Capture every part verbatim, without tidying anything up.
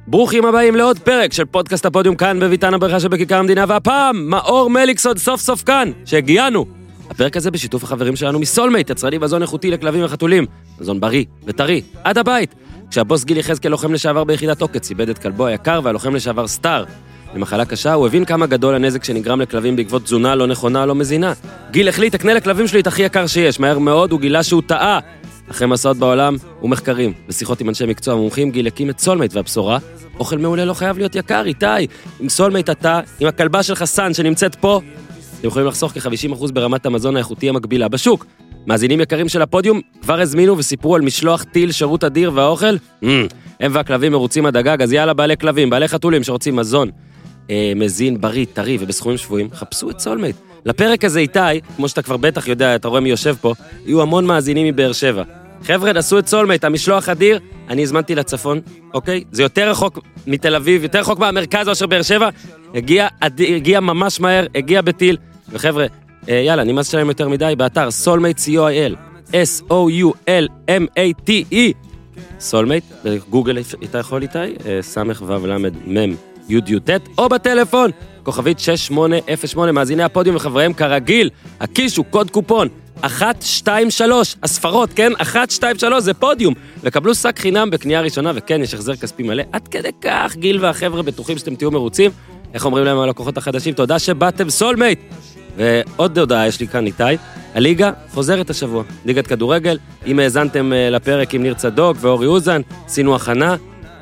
ברוכים הבאים לעוד פרק של פודקאסט הפודיום כאן בביתן הברכה שבכיכר המדינה, והפעם מאור מליקסון סוף סוף כאן, שהגיענו. הפרק הזה בשיתוף החברים שלנו מסולמייט, יצרני מזון איכותי לכלבים וחתולים, מזון בריא וטרי, עד הבית. כשהבוס גיל יחזקאל, לוחם לשעבר ביחידת עוקץ, איבד את כלבו היקר, והלוחם לשעבר סטאר למחלה קשה, הוא הבין כמה גדול הנזק שנגרם לכלבים בעקבות תזונה לא נכונה, לא מזינה. גיל החליט, תקנה לכלבים שלי את הכי יקר שיש. מהר מאוד הוא גילה שהוא טעה. אחרי מסעות בעולם ומחקרים, בשיחות עם אנשי מקצוע מומחים, גיל הקים את סולמייט, והבשורה, אוכל מעולה לא חייב להיות יקר, איתי. עם סולמייט אתה, עם הכלבה של חסן שנמצאת פה, אתם יכולים לחסוך כ-חמישים אחוז ברמת המזון האיכותי המקבילה בשוק. מאזינים יקרים של הפודיום כבר הזמינו וסיפרו על משלוח טיל, שירות אדיר והאוכל. Mm, הם והכלבים מרוצים עד הגג, אז יאללה, בעלי כלבים, בעלי חתולים שרוצים מזון אה, מזין, בריא, טרי ובסכומים שבויים, חפשו את סולמייט. לפרק הזה איתי, כמו שאתה כבר בטח יודע, אתה רואה מי יושב פה, יהיו המון מאזינים מבאר שבע. חבר'ה, נסו את סולמייט, המשלוח אדיר, אני הזמנתי לצפון, אוקיי? זה יותר רחוק מתל אביב, יותר רחוק מהמרכז או אשר באר שבע, הגיע, הגיע ממש מהר, הגיע בטיל, וחבר'ה, יאללה, נמאס שלהם יותר מדי, באתר סולמייט סי או איי אל, אס או יו אל אם איי טי אי, סולמייט, בגוגל אתה יכול איתי, סמך וו למד מם יוד יו טט, או בטלפון, כוכבית שש שמונה אפס שמונה, מאזיני הפודיום וחבריהם כרגיל, הקישו קוד קופון, אחת, שתיים, שלוש, הספרות, כן? אחת, שתיים, שלוש, זה פודיום. וקבלו שק חינם בקנייה ראשונה, וכן, יש החזר כספי מלא. עד כדי כך, גיל והחבר'ה בטוחים שאתם תהיו מרוצים. איך אומרים להם הלקוחות החדשים? תודה שבאתם סולמייט. ועוד הודעה יש לי כאן איתי. הליגה חוזרת השבוע. ליגת כדורגל. אם האזנתם לפרק עם ניר צדוק ואורי אוזן, עשינו הכנה.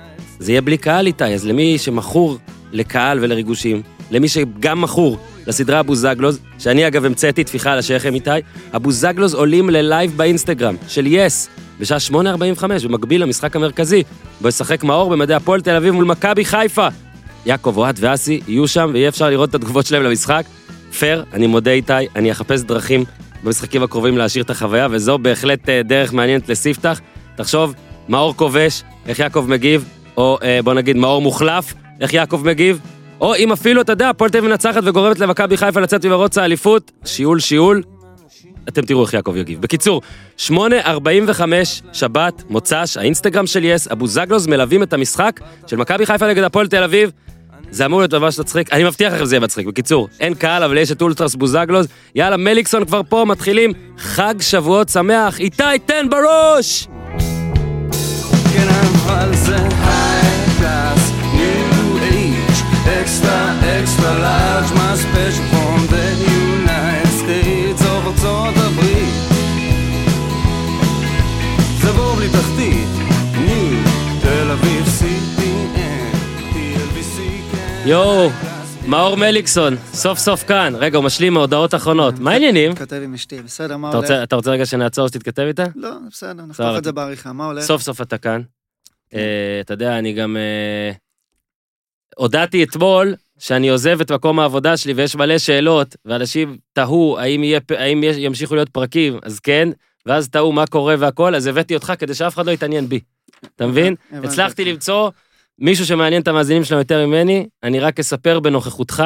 זה יהיה בלי קהל איתי. אז למי שמכור לקהל ולריגושים, למי שגם מכור לסדרה אבו זגלוז, שאני אגב המצאתי תפיחה על השייכם איתי, אבו זגלוז עולים ללייב באינסטגרם של יס, בשעה שמונה ארבעים וחמש, במקביל למשחק המרכזי, בו ישחק מאור במדעי הפועל תל אביב מול מכבי חיפה. יעקב, אוהד ואסי יהיו שם, ויהיה אפשר לראות את התגובות שלהם למשחק. פר, אני מודה איתי, אני אחפש דרכים במשחקים הקרובים להשאיר את החוויה, וזו בהחלט דרך מעניינת לספתח. תחשוב, מאור כובש, איך יעקב מגיב, או בוא נגיד מאור מוחלף, איך יעקב מגיב, או אם אפילו, אתה יודע, הפועל תל אביב מנצחת וגורמת למכבי חיפה לצאת וברוץ האליפות, שיעול שיעול, אתם תראו איך יעקב יגיב. בקיצור, שמונה ארבעים וחמש, שבת, מוצ"ש, האינסטגרם של יס, אבו זגלוז מלווים את המשחק של מכבי חיפה נגד הפועל תל אביב, זה אמור להיות דבר שתצחיק, אני מבטיח לכם זה יהיה מצחיק. בקיצור, אין קהל, אבל יש את אולטרס אבו זגלוז, יאללה, מליקסון כבר פה, מתחילים, חג שבועות שמח, איתי תן בראש! כן, אבל זה high class, new age, extra, extra large, my special from the United States of ארצות הברית. זה בור בלי תחתית, ניו, תל אביב, סי פי אן, טי אל וי סי, כן. יואו, מאור מליקסון, סוף סוף כאן. רגע, הוא משלים מהודעות אחרונות. מה העניינים? תתכתב עם אשתי, בסדר, מה הולך? אתה רוצה רגע שנעצור שתתכתב איתה? לא, בסדר, נפתח את זה בעריכה, מה הולך? סוף סוף אתה כאן. אתה יודע, אני גם הודעתי אתמול שאני עוזב את מקום העבודה שלי ויש מלא שאלות, ואנשים תהו האם ימשיכו להיות פרקים, אז כן, ואז תהו מה קורה והכל, אז הבאתי אותך כדי שאף אחד לא יתעניין בי. אתה מבין? הצלחתי למצוא מישהו שמעניין את המאזינים שלנו יותר ממני, אני רק אספר בנוכחותך,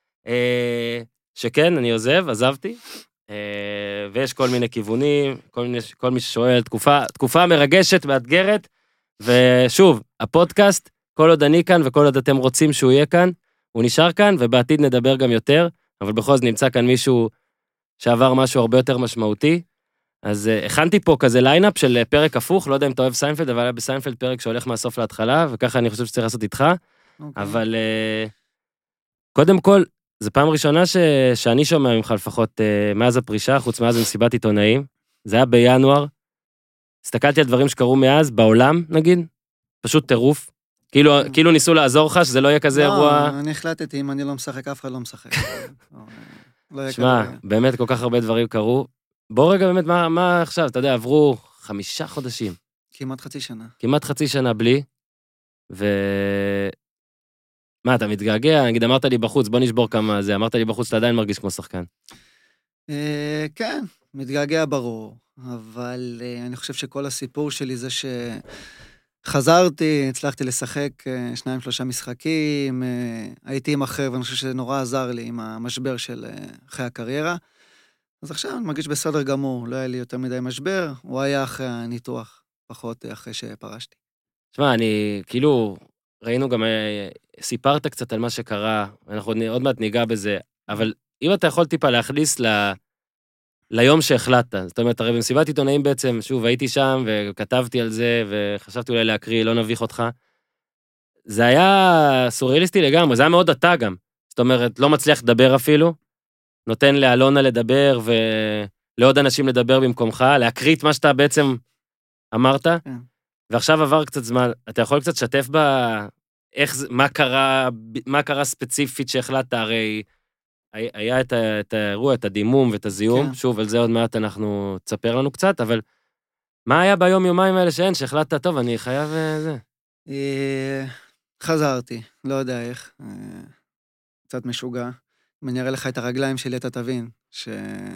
שכן, אני עוזב, עזבתי, ויש כל מיני כיוונים, כל מי ששואל, תקופה מרגשת, מאתגרת, ושוב, הפודקאסט, כל עוד אני כאן וכל עוד אתם רוצים שהוא יהיה כאן, הוא נשאר כאן, ובעתיד נדבר גם יותר, אבל בכל זאת נמצא כאן מישהו שעבר משהו הרבה יותר משמעותי, אז uh, הכנתי פה כזה ליינאפ של פרק הפוך, לא יודע אם אתה אוהב סיינפלד, אבל היה בסיינפלד פרק שהולך מהסוף להתחלה, וככה אני חושב שצריך לעשות איתך, okay. אבל uh, קודם כל, זו פעם ראשונה ש... שאני שומע ממך לפחות uh, מאז הפרישה, חוץ מאז מסיבת עיתונאים, זה היה בינואר, הסתכלתי על דברים שקרו מאז, בעולם נגיד, פשוט טירוף, כאילו, כאילו ניסו לעזור לך, שזה לא יהיה כזה אירוע... לא, אני החלטתי, אם אני לא משחק, אף אחד לא משחק. שמע, באמת כל כך הרבה דברים קרו. בוא רגע באמת, מה, מה עכשיו? אתה יודע, עברו חמישה חודשים. כמעט חצי שנה. כמעט חצי שנה בלי, ו... מה, אתה מתגעגע? נגיד, אמרת לי בחוץ, בוא נשבור כמה זה, אמרת לי בחוץ, אתה עדיין מרגיש כמו שחקן. כן, מתגעגע ברור, אבל אני חושב שכל הסיפור שלי זה ש... חזרתי, הצלחתי לשחק שניים, שלושה משחקים, הייתי עם אחר, ואני חושב שזה נורא עזר לי עם המשבר של אחרי הקריירה. אז עכשיו אני מרגיש בסדר גמור, לא היה לי יותר מדי משבר, הוא היה אחרי הניתוח, פחות אחרי שפרשתי. תשמע, אני כאילו, ראינו גם, סיפרת קצת על מה שקרה, אנחנו עוד מעט ניגע בזה, אבל אם אתה יכול טיפה להכניס ל... ליום שהחלטת, זאת אומרת, הרי במסיבת עיתונאים בעצם, שוב, הייתי שם וכתבתי על זה, וחשבתי אולי להקריא, לא נביך אותך, זה היה סוריאליסטי לגמרי, זה היה מאוד אתה גם, זאת אומרת, לא מצליח לדבר אפילו, נותן לאלונה לדבר, ולעוד אנשים לדבר במקומך, להקריא את מה שאתה בעצם אמרת, ועכשיו עבר קצת זמן, אתה יכול קצת לשתף בה, איך זה, מה קרה, מה קרה ספציפית שהחלטת, הרי היה את, ה, את האירוע, את הדימום ואת הזיהום, כן. שוב, על זה עוד מעט אנחנו, תספר לנו קצת, אבל מה היה ביום יומיים האלה שאין, שהחלטת, טוב, אני חייב זה? חזרתי, לא יודע איך, קצת משוגע, אם אני אראה לך את הרגליים שלי, אתה תבין, שלא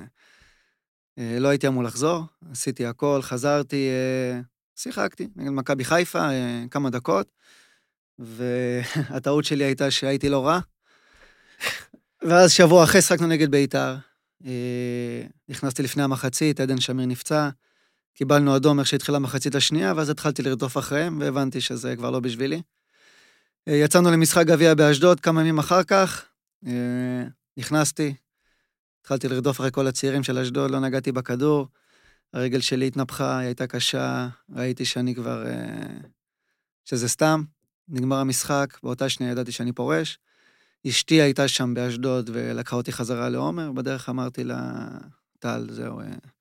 הייתי אמור לחזור, עשיתי הכל, חזרתי, שיחקתי, נגד מכבי חיפה, כמה דקות, והטעות שלי הייתה שהייתי לא רע, ואז שבוע אחרי שחקנו נגד בית"ר, נכנסתי לפני המחצית, עדן שמיר נפצע, קיבלנו אדום איך שהתחילה המחצית השנייה, ואז התחלתי לרדוף אחריהם, והבנתי שזה כבר לא בשבילי. יצאנו למשחק גביע באשדוד, כמה ימים אחר כך, נכנסתי, התחלתי לרדוף אחרי כל הצעירים של אשדוד, לא נגעתי בכדור, הרגל שלי התנפחה, היא הייתה קשה, ראיתי שאני כבר, שזה סתם, נגמר המשחק, באותה שנייה ידעתי שאני פורש, אשתי הייתה שם באשדוד, ולקחה אותי חזרה לעומר, בדרך אמרתי לה, טל, זהו,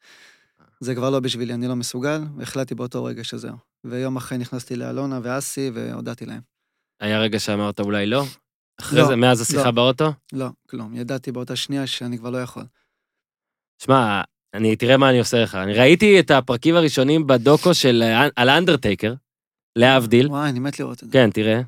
זה כבר לא בשבילי, אני לא מסוגל, והחלטתי באותו רגע שזהו. ויום אחרי נכנסתי לאלונה ואסי, והודעתי להם. היה רגע שאמרת אולי לא? אחרי זה, מאז השיחה באוטו? לא, כלום. ידעתי באותה שנייה שאני כבר לא יכול. שמע, אני, תראה מה אני עושה לך. אני ראיתי את הפרקים הראשונים בדוקו של, על האנדרטייקר, להבדיל. וואי, אני מת לראות את זה. כן, תראה.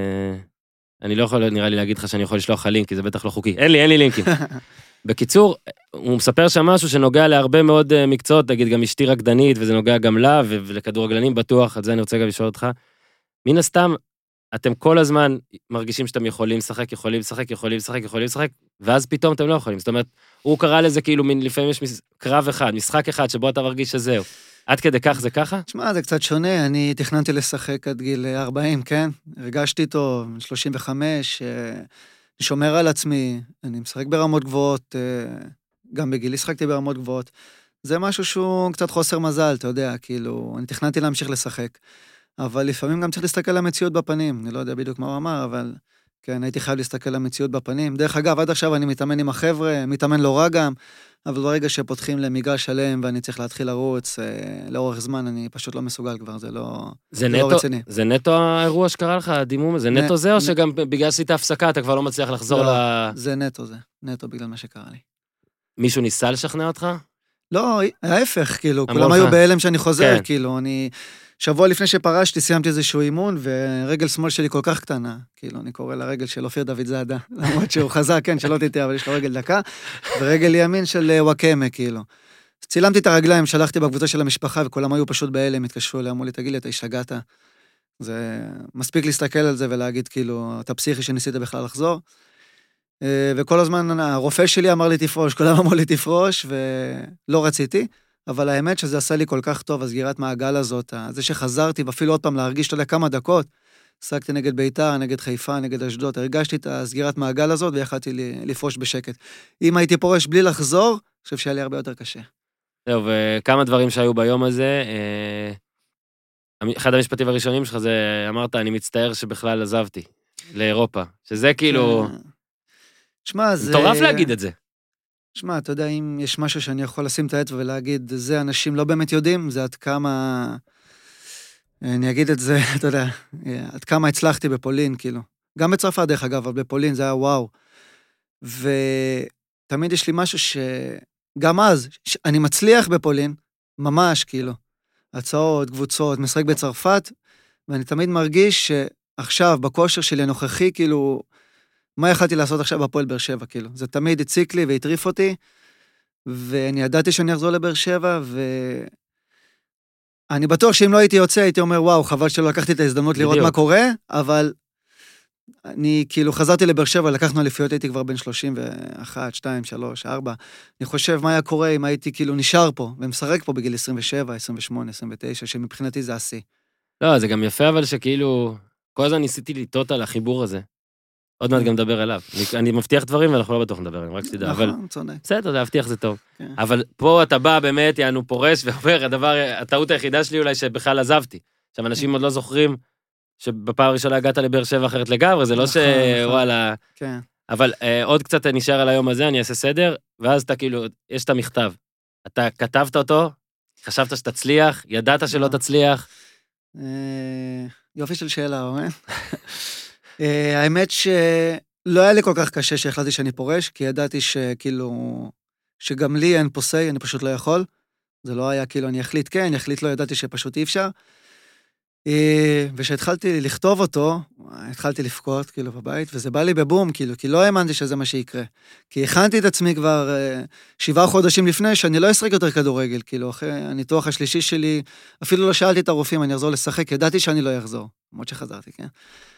אני לא יכול, נראה לי להגיד לך שאני יכול לשלוח לך לינק, כי זה בטח לא חוקי. אין לי, אין לי לינקים. בקיצור, הוא מספר שם משהו שנוגע להרבה מאוד מקצועות, נגיד גם אשתי רקדנית, וזה נוגע גם לה, ולכדורגלנים בטוח, על זה אני רוצה גם לשאול אותך. מן הסתם, אתם כל הזמן מרגישים שאתם יכולים לשחק, יכולים לשחק, יכולים לשחק, יכולים לשחק, ואז פתאום אתם לא יכולים. זאת אומרת, הוא קרא לזה כאילו, לפעמים יש קרב אחד, משחק אחד, שבו אתה מרגיש שזהו. עד כדי כך זה ככה? תשמע, זה קצת שונה, אני תכננתי לשחק עד גיל ארבעים, כן? הרגשתי איתו, שלושים וחמש, אני שומר על עצמי, אני משחק ברמות גבוהות, גם בגילי שחקתי ברמות גבוהות. זה משהו שהוא קצת חוסר מזל, אתה יודע, כאילו, אני תכננתי להמשיך לשחק. אבל לפעמים גם צריך להסתכל על המציאות בפנים, אני לא יודע בדיוק מה הוא אמר, אבל כן, הייתי חייב להסתכל על המציאות בפנים. דרך אגב, עד עכשיו אני מתאמן עם החבר'ה, מתאמן לא רע גם, אבל ברגע שפותחים למגרש שלם ואני צריך להתחיל לרוץ, לאורך זמן אני פשוט לא מסוגל כבר, זה לא, זה לא נטו, רציני. זה נטו האירוע שקרה לך, הדימום, זה נטו נ, זה, או נ... שגם בגלל שעשית הפסקה אתה כבר לא מצליח לחזור לא, ל... זה נטו זה, נטו בגלל מה שקרה לי. מישהו ניסה לשכנע אותך? לא, ההפך, כאילו, כולם היו בהלם שאני חוזר, כן. כאילו, אני... שבוע לפני שפרשתי, סיימתי איזשהו אימון, ורגל שמאל שלי כל כך קטנה, כאילו, אני קורא לרגל של אופיר דוד זאדה, למרות שהוא חזק, כן, שלא תתהיה, אבל יש לו רגל דקה, ורגל ימין של וואקמה, כאילו. צילמתי את הרגליים, שלחתי בקבוצה של המשפחה, וכולם היו פשוט בהלם, התקשרו אליי, אמרו לי, תגיד לי, אתה השתגעת? זה מספיק להסתכל על זה ולהגיד, כאילו, אתה פסיכי שניסית בכלל לחזור. וכל הזמן, הרופא שלי אמר לי תפרוש, כולם אמרו לי תפרוש, ולא רציתי. אבל האמת שזה עשה לי כל כך טוב, הסגירת מעגל הזאת, זה שחזרתי, ואפילו עוד פעם להרגיש, אתה יודע, כמה דקות, שחקתי נגד בית"ר, נגד חיפה, נגד אשדוד, הרגשתי את הסגירת מעגל הזאת, ויכלתי לפרוש בשקט. אם הייתי פורש בלי לחזור, אני חושב שהיה לי הרבה יותר קשה. זהו, וכמה דברים שהיו ביום הזה, אחד המשפטים הראשונים שלך זה, אמרת, אני מצטער שבכלל עזבתי, לאירופה, שזה כאילו... שמה, זה... מטורף להגיד את זה. שמע, אתה יודע, אם יש משהו שאני יכול לשים את האצבע ולהגיד, זה אנשים לא באמת יודעים, זה עד כמה, אני אגיד את זה, אתה יודע, עד כמה הצלחתי בפולין, כאילו. גם בצרפת, דרך אגב, אבל בפולין זה היה וואו. ותמיד יש לי משהו שגם אז, אני מצליח בפולין, ממש, כאילו, הצעות, קבוצות, משחק בצרפת, ואני תמיד מרגיש שעכשיו, בכושר שלי הנוכחי, כאילו, מה יכלתי לעשות עכשיו בפועל באר שבע, כאילו? זה תמיד הציק לי והטריף אותי, ואני ידעתי שאני אחזור לבאר שבע, ואני בטוח שאם לא הייתי יוצא, הייתי אומר, וואו, חבל שלא לקחתי את ההזדמנות לראות מה קורה, אבל אני כאילו חזרתי לבאר שבע, לקחנו אליפויות, הייתי כבר בין שלושים ואחת, שתיים, שלוש, ארבע, אני חושב מה היה קורה אם הייתי כאילו נשאר פה, ומשחק פה בגיל עשרים ושבע, עשרים ושמונה, עשרים ותשע, שמבחינתי זה השיא. לא, זה גם יפה, אבל שכאילו... כל הזמן ניסיתי לטעות על החיבור הזה. עוד מעט גם נדבר אליו. אני, אני מבטיח דברים ואנחנו לא בטוח נדבר עליהם, רק שתדע. אבל נכון, צודק. בסדר, להבטיח זה טוב. כן. אבל פה אתה בא באמת, יענו פורש, ואומר, הדבר, הטעות היחידה שלי אולי שבכלל עזבתי. עכשיו, אנשים עוד לא זוכרים שבפעם הראשונה הגעת לבאר שבע אחרת לגמרי, זה לא נכון, שוואלה... כן. אבל אה, עוד קצת נשאר על היום הזה, אני אעשה סדר, ואז אתה כאילו, יש את המכתב. אתה כתבת אותו, חשבת שתצליח, ידעת שלא תצליח. אה, יופי של שאלה, אורן. אה, האמת שלא היה לי כל כך קשה שהחלטתי שאני פורש, כי ידעתי שכאילו, שגם לי אין פה סי, אני פשוט לא יכול. זה לא היה כאילו, אני אחליט כן, אני אחליט לא, ידעתי שפשוט אי אפשר. ושהתחלתי לכתוב אותו, התחלתי לפקוט כאילו בבית, וזה בא לי בבום, כאילו, כי לא האמנתי שזה מה שיקרה. כי הכנתי את עצמי כבר שבעה חודשים לפני, שאני לא אשחק יותר כדורגל, כאילו, אחרי הניתוח השלישי שלי, אפילו לא שאלתי את הרופאים, אני אחזור לשחק, ידעתי שאני לא אחזור, למרות שחזרתי, כן?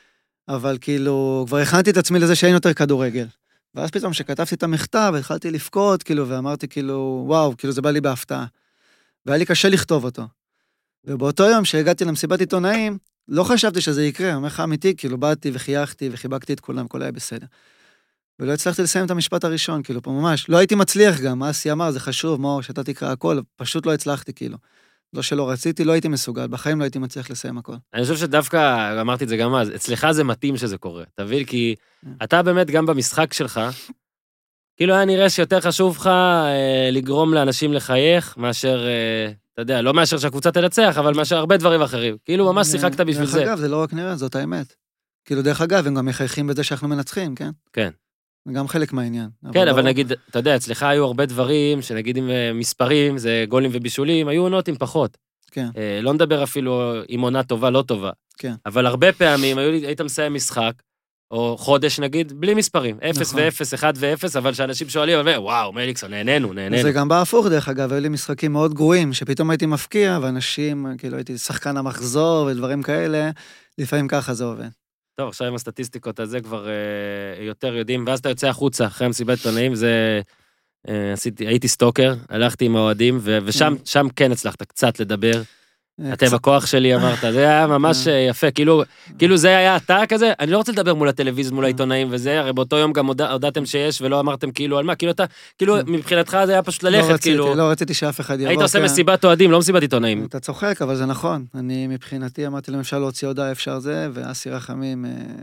אבל כאילו, כבר הכנתי את עצמי לזה שאין יותר כדורגל. ואז פתאום שכתבתי את המכתב, התחלתי לפקוט, כאילו, ואמרתי כאילו, וואו, כאילו, זה בא לי בהפתעה. והיה לי קשה לכתוב אותו. ובאותו יום שהגעתי למסיבת עיתונאים, לא חשבתי שזה יקרה, אומר לך אמיתי, כאילו באתי וחייכתי וחיבקתי את כולם, כל היה בסדר. ולא הצלחתי לסיים את המשפט הראשון, כאילו פה ממש, לא הייתי מצליח גם, אסי אמר, זה חשוב, מור, שאתה תקרא הכל, פשוט לא הצלחתי, כאילו. לא שלא רציתי, לא הייתי מסוגל, בחיים לא הייתי מצליח לסיים הכל. אני חושב שדווקא, אמרתי את זה גם אז, אצלך זה מתאים שזה קורה, תבין, כי אתה באמת גם במשחק שלך, כאילו היה נראה שיותר חשוב לך אה, לגרום לאנשים לחייך, מאשר, אה, אתה יודע, לא מאשר שהקבוצה תנצח, אבל מאשר הרבה דברים אחרים. כאילו ממש שיחקת בשביל דרך זה. אגב, זה לא רק נראה, זאת האמת. כאילו, דרך אגב, הם גם מחייכים בזה שאנחנו מנצחים, כן? כן. זה גם חלק מהעניין. כן, אבל נגיד, אתה יודע, אצלך היו הרבה דברים, שנגיד עם מספרים, זה גולים ובישולים, היו עונות עם פחות. כן. אה, לא נדבר אפילו עם עונה טובה, לא טובה. כן. אבל הרבה פעמים היו, היית מסיים משחק, או חודש נגיד, בלי מספרים, אפס ואפס, אחד ואפס, אבל שאנשים שואלים, וואו, מליקסון, נהנינו, נהנינו. זה גם בהפוך דרך אגב, היו לי משחקים מאוד גרועים, שפתאום הייתי מפקיע, ואנשים, כאילו הייתי שחקן המחזור ודברים כאלה, לפעמים ככה זה עובד. טוב, עכשיו עם הסטטיסטיקות הזה כבר אה, יותר יודעים, ואז אתה יוצא החוצה, אחרי המסיבת עיתונאים, זה, אה, עשיתי, הייתי סטוקר, הלכתי עם האוהדים, ו- ושם שם כן הצלחת קצת לדבר, אתם הכוח שלי אמרת, זה היה ממש יפה, כאילו, כאילו זה היה אתה כזה, אני לא רוצה לדבר מול הטלוויזיה, מול העיתונאים וזה, הרי באותו יום גם הודעתם שיש ולא אמרתם כאילו על מה, כאילו אתה, כאילו מבחינתך זה היה פשוט ללכת, כאילו. לא רציתי שאף אחד יבוא. היית עושה מסיבת אוהדים, לא מסיבת עיתונאים. אתה צוחק, אבל זה נכון, אני מבחינתי אמרתי להם אפשר להוציא הודעה, אפשר זה, ואסי רחמים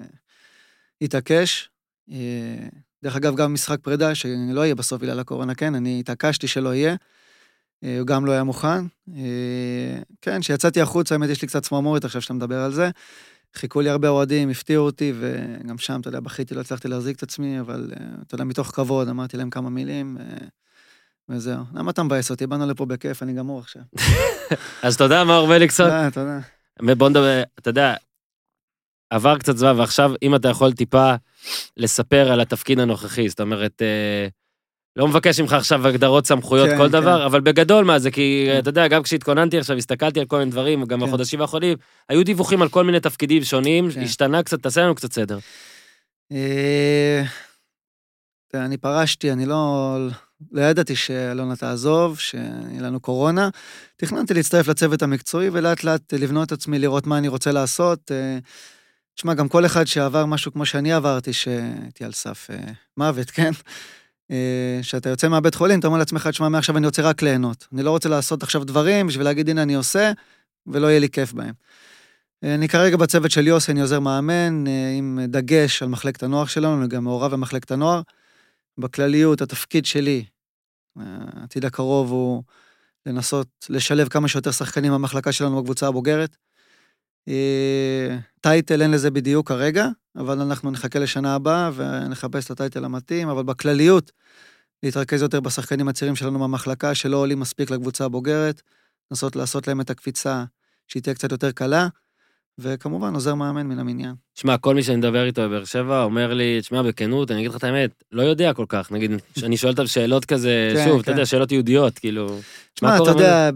התעקש. דרך אגב, גם משחק פרידה, שאני לא אהיה בסוף בגלל הקורונה, כן, אני התעקשתי שלא יהיה. הוא גם לא היה מוכן. כן, שיצאתי החוץ, האמת יש לי קצת צמרמורת עכשיו שאתה מדבר על זה. חיכו לי הרבה אוהדים, הפתיעו אותי, וגם שם, אתה יודע, בכיתי, לא הצלחתי להחזיק את עצמי, אבל אתה יודע, מתוך כבוד, אמרתי להם כמה מילים, וזהו. למה אתה מבאס אותי? באנו לפה בכיף, אני גמור עכשיו. אז תודה, מאור מליקסון. תודה, תודה. ובוא נדבר, אתה יודע, עבר קצת זמן, ועכשיו, אם אתה יכול טיפה לספר על התפקיד הנוכחי, זאת אומרת, לא מבקש ממך עכשיו הגדרות סמכויות, כל דבר, אבל בגדול מה זה, כי אתה יודע, גם כשהתכוננתי עכשיו, הסתכלתי על כל מיני דברים, גם בחודשים האחרונים, היו דיווחים על כל מיני תפקידים שונים, השתנה קצת, תעשה לנו קצת סדר. אני פרשתי, אני לא ידעתי שאלונה תעזוב, שיהיה לנו קורונה, תכננתי להצטרף לצוות המקצועי, ולאט לאט לבנות את עצמי, לראות מה אני רוצה לעשות. תשמע, גם כל אחד שעבר משהו כמו שאני עברתי, שהייתי על סף מוות, כן? שאתה יוצא מהבית חולים, אתה אומר לעצמך, תשמע, מעכשיו אני רוצה רק ליהנות. אני לא רוצה לעשות עכשיו דברים, בשביל להגיד, הנה אני עושה, ולא יהיה לי כיף בהם. אני כרגע בצוות של יוסי, אני עוזר מאמן, עם דגש על מחלקת הנוער שלנו, אני גם מעורב במחלקת הנוער. בכלליות, התפקיד שלי, העתיד הקרוב הוא לנסות לשלב כמה שיותר שחקנים במחלקה שלנו בקבוצה הבוגרת. טייטל אין לזה בדיוק כרגע, אבל אנחנו נחכה לשנה הבאה ונחפש את הטייטל המתאים, אבל בכלליות להתרכז יותר בשחקנים הצעירים שלנו במחלקה, שלא עולים מספיק לקבוצה הבוגרת, לנסות לעשות להם את הקפיצה שהיא תהיה קצת יותר קלה, וכמובן עוזר מאמן מן המניין. תשמע, כל מי שאני מדבר איתו בבאר שבע אומר לי, תשמע, בכנות, אני אגיד לך את האמת, לא יודע כל כך, נגיד, אני שואלת על שאלות כזה, שוב, אתה יודע, שאלות יהודיות, כאילו... תשמע, אתה יודע,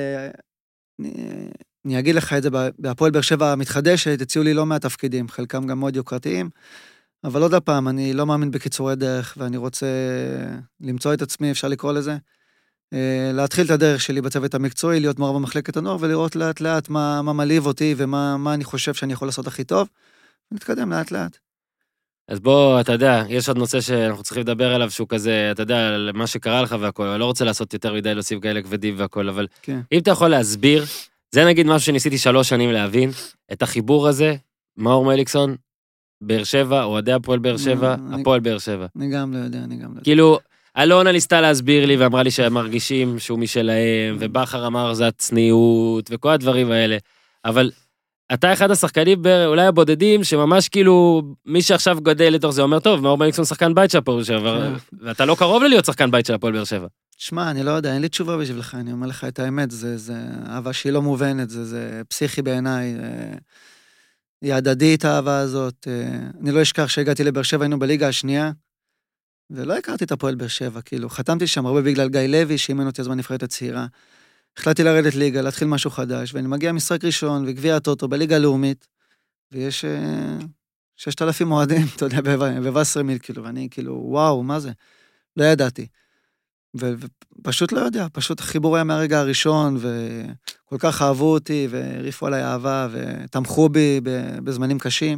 אני אגיד לך את זה, בהפועל באר שבע המתחדשת, הציעו לי לא מהתפקידים, חלקם גם מאוד יוקרתיים, אבל עוד הפעם, אני לא מאמין בקיצורי דרך, ואני רוצה למצוא את עצמי, אפשר לקרוא לזה, להתחיל את הדרך שלי בצוות המקצועי, להיות מעורב במחלקת הנוער, ולראות לאט לאט מה, מה מלהיב אותי, ומה מה אני חושב שאני יכול לעשות הכי טוב. נתקדם לאט לאט. אז בוא, אתה יודע, יש עוד נושא שאנחנו צריכים לדבר עליו, שהוא כזה, אתה יודע, על מה שקרה לך והכל, אני לא רוצה לעשות יותר מדי להוסיף כאלה כבדים והכל, אבל כן. אם אתה יכול להסביר, זה נגיד משהו שניסיתי שלוש שנים להבין, את החיבור הזה, מאור מליקסון, באר שבע, אוהדי הפועל באר שבע, אני- הפועל באר שבע. אני גם לא יודע, אני גם לא יודע. כאילו, אלונה ניסתה להסביר לי, ואמרה לי שהם מרגישים שהוא משלהם, ובחר אמר זה הצניעות, וכל הדברים האלה, אבל אתה אחד השחקנים, אולי הבודדים, שממש כאילו, מי שעכשיו גדל לתוך זה, אומר, טוב, מאור מליקסון שחקן בית של הפועל באר שבע, ואתה לא קרוב להיות שחקן בית של הפועל באר שבע. שמע, אני לא יודע, אין לי תשובה בשבילך, אני אומר לך את האמת, זה, זה אהבה שהיא לא מובנת, זה, זה פסיכי בעיניי, אה, היא הדדית האהבה הזאת, אה, אני לא אשכח שהגעתי לבאר שבע, היינו בליגה השנייה, ולא הכרתי את הפועל באר שבע, כאילו, חתמתי שם הרבה בגלל גיא לוי, שאימן אותי אז בנבחרת הצעירה, החלטתי לרדת ליגה, להתחיל משהו חדש, ואני מגיע משחק ראשון, וגביע הטוטו בליגה הלאומית, ויש אה, ששת אלפים אוהדים, אתה יודע, בווסרמיל, כאילו, ואני כאילו, וואו, מה זה? לא ידעתי. ו- ופשוט לא יודע, פשוט החיבור היה מהרגע הראשון, וכל כך אהבו אותי, והריפו עליי אהבה, ותמכו בי בזמנים קשים,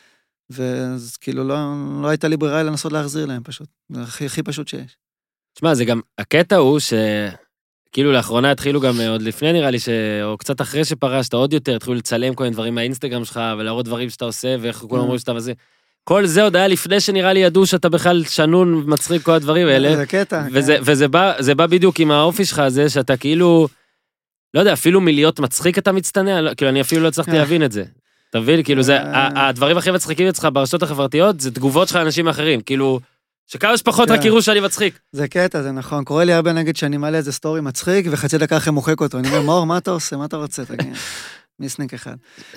ואז כאילו לא, לא הייתה לי ברירה לנסות להחזיר להם פשוט, זה הכי, הכי פשוט שיש. תשמע, זה גם, הקטע הוא ש... כאילו לאחרונה התחילו גם עוד לפני נראה לי, ש... או קצת אחרי שפרשת עוד יותר, התחילו לצלם כל מיני דברים מהאינסטגרם שלך, ולהראות דברים שאתה עושה, ואיך כולם אומרים שאתה וזה. כל זה עוד היה לפני שנראה לי ידעו שאתה בכלל שנון, מצחיק כל הדברים האלה. זה קטע. וזה, כן. וזה בא, זה בא בדיוק עם האופי שלך הזה, שאתה כאילו, לא יודע, אפילו מלהיות מצחיק אתה מצטנע, כאילו אני אפילו לא הצלחתי להבין את זה. תבין, כאילו זה, הדברים הכי מצחיקים אצלך ברשתות החברתיות, זה תגובות שלך לאנשים אחרים, כאילו, שכמה שפחות רק יראו שאני מצחיק. זה קטע, זה נכון. קורא לי הרבה נגיד שאני מעלה איזה סטורי מצחיק, וחצי דקה אחרי מוחק אותו. אני אומר, מאור, מה אתה עושה? מה אתה רוצה? תגיד. מיסניק אחד.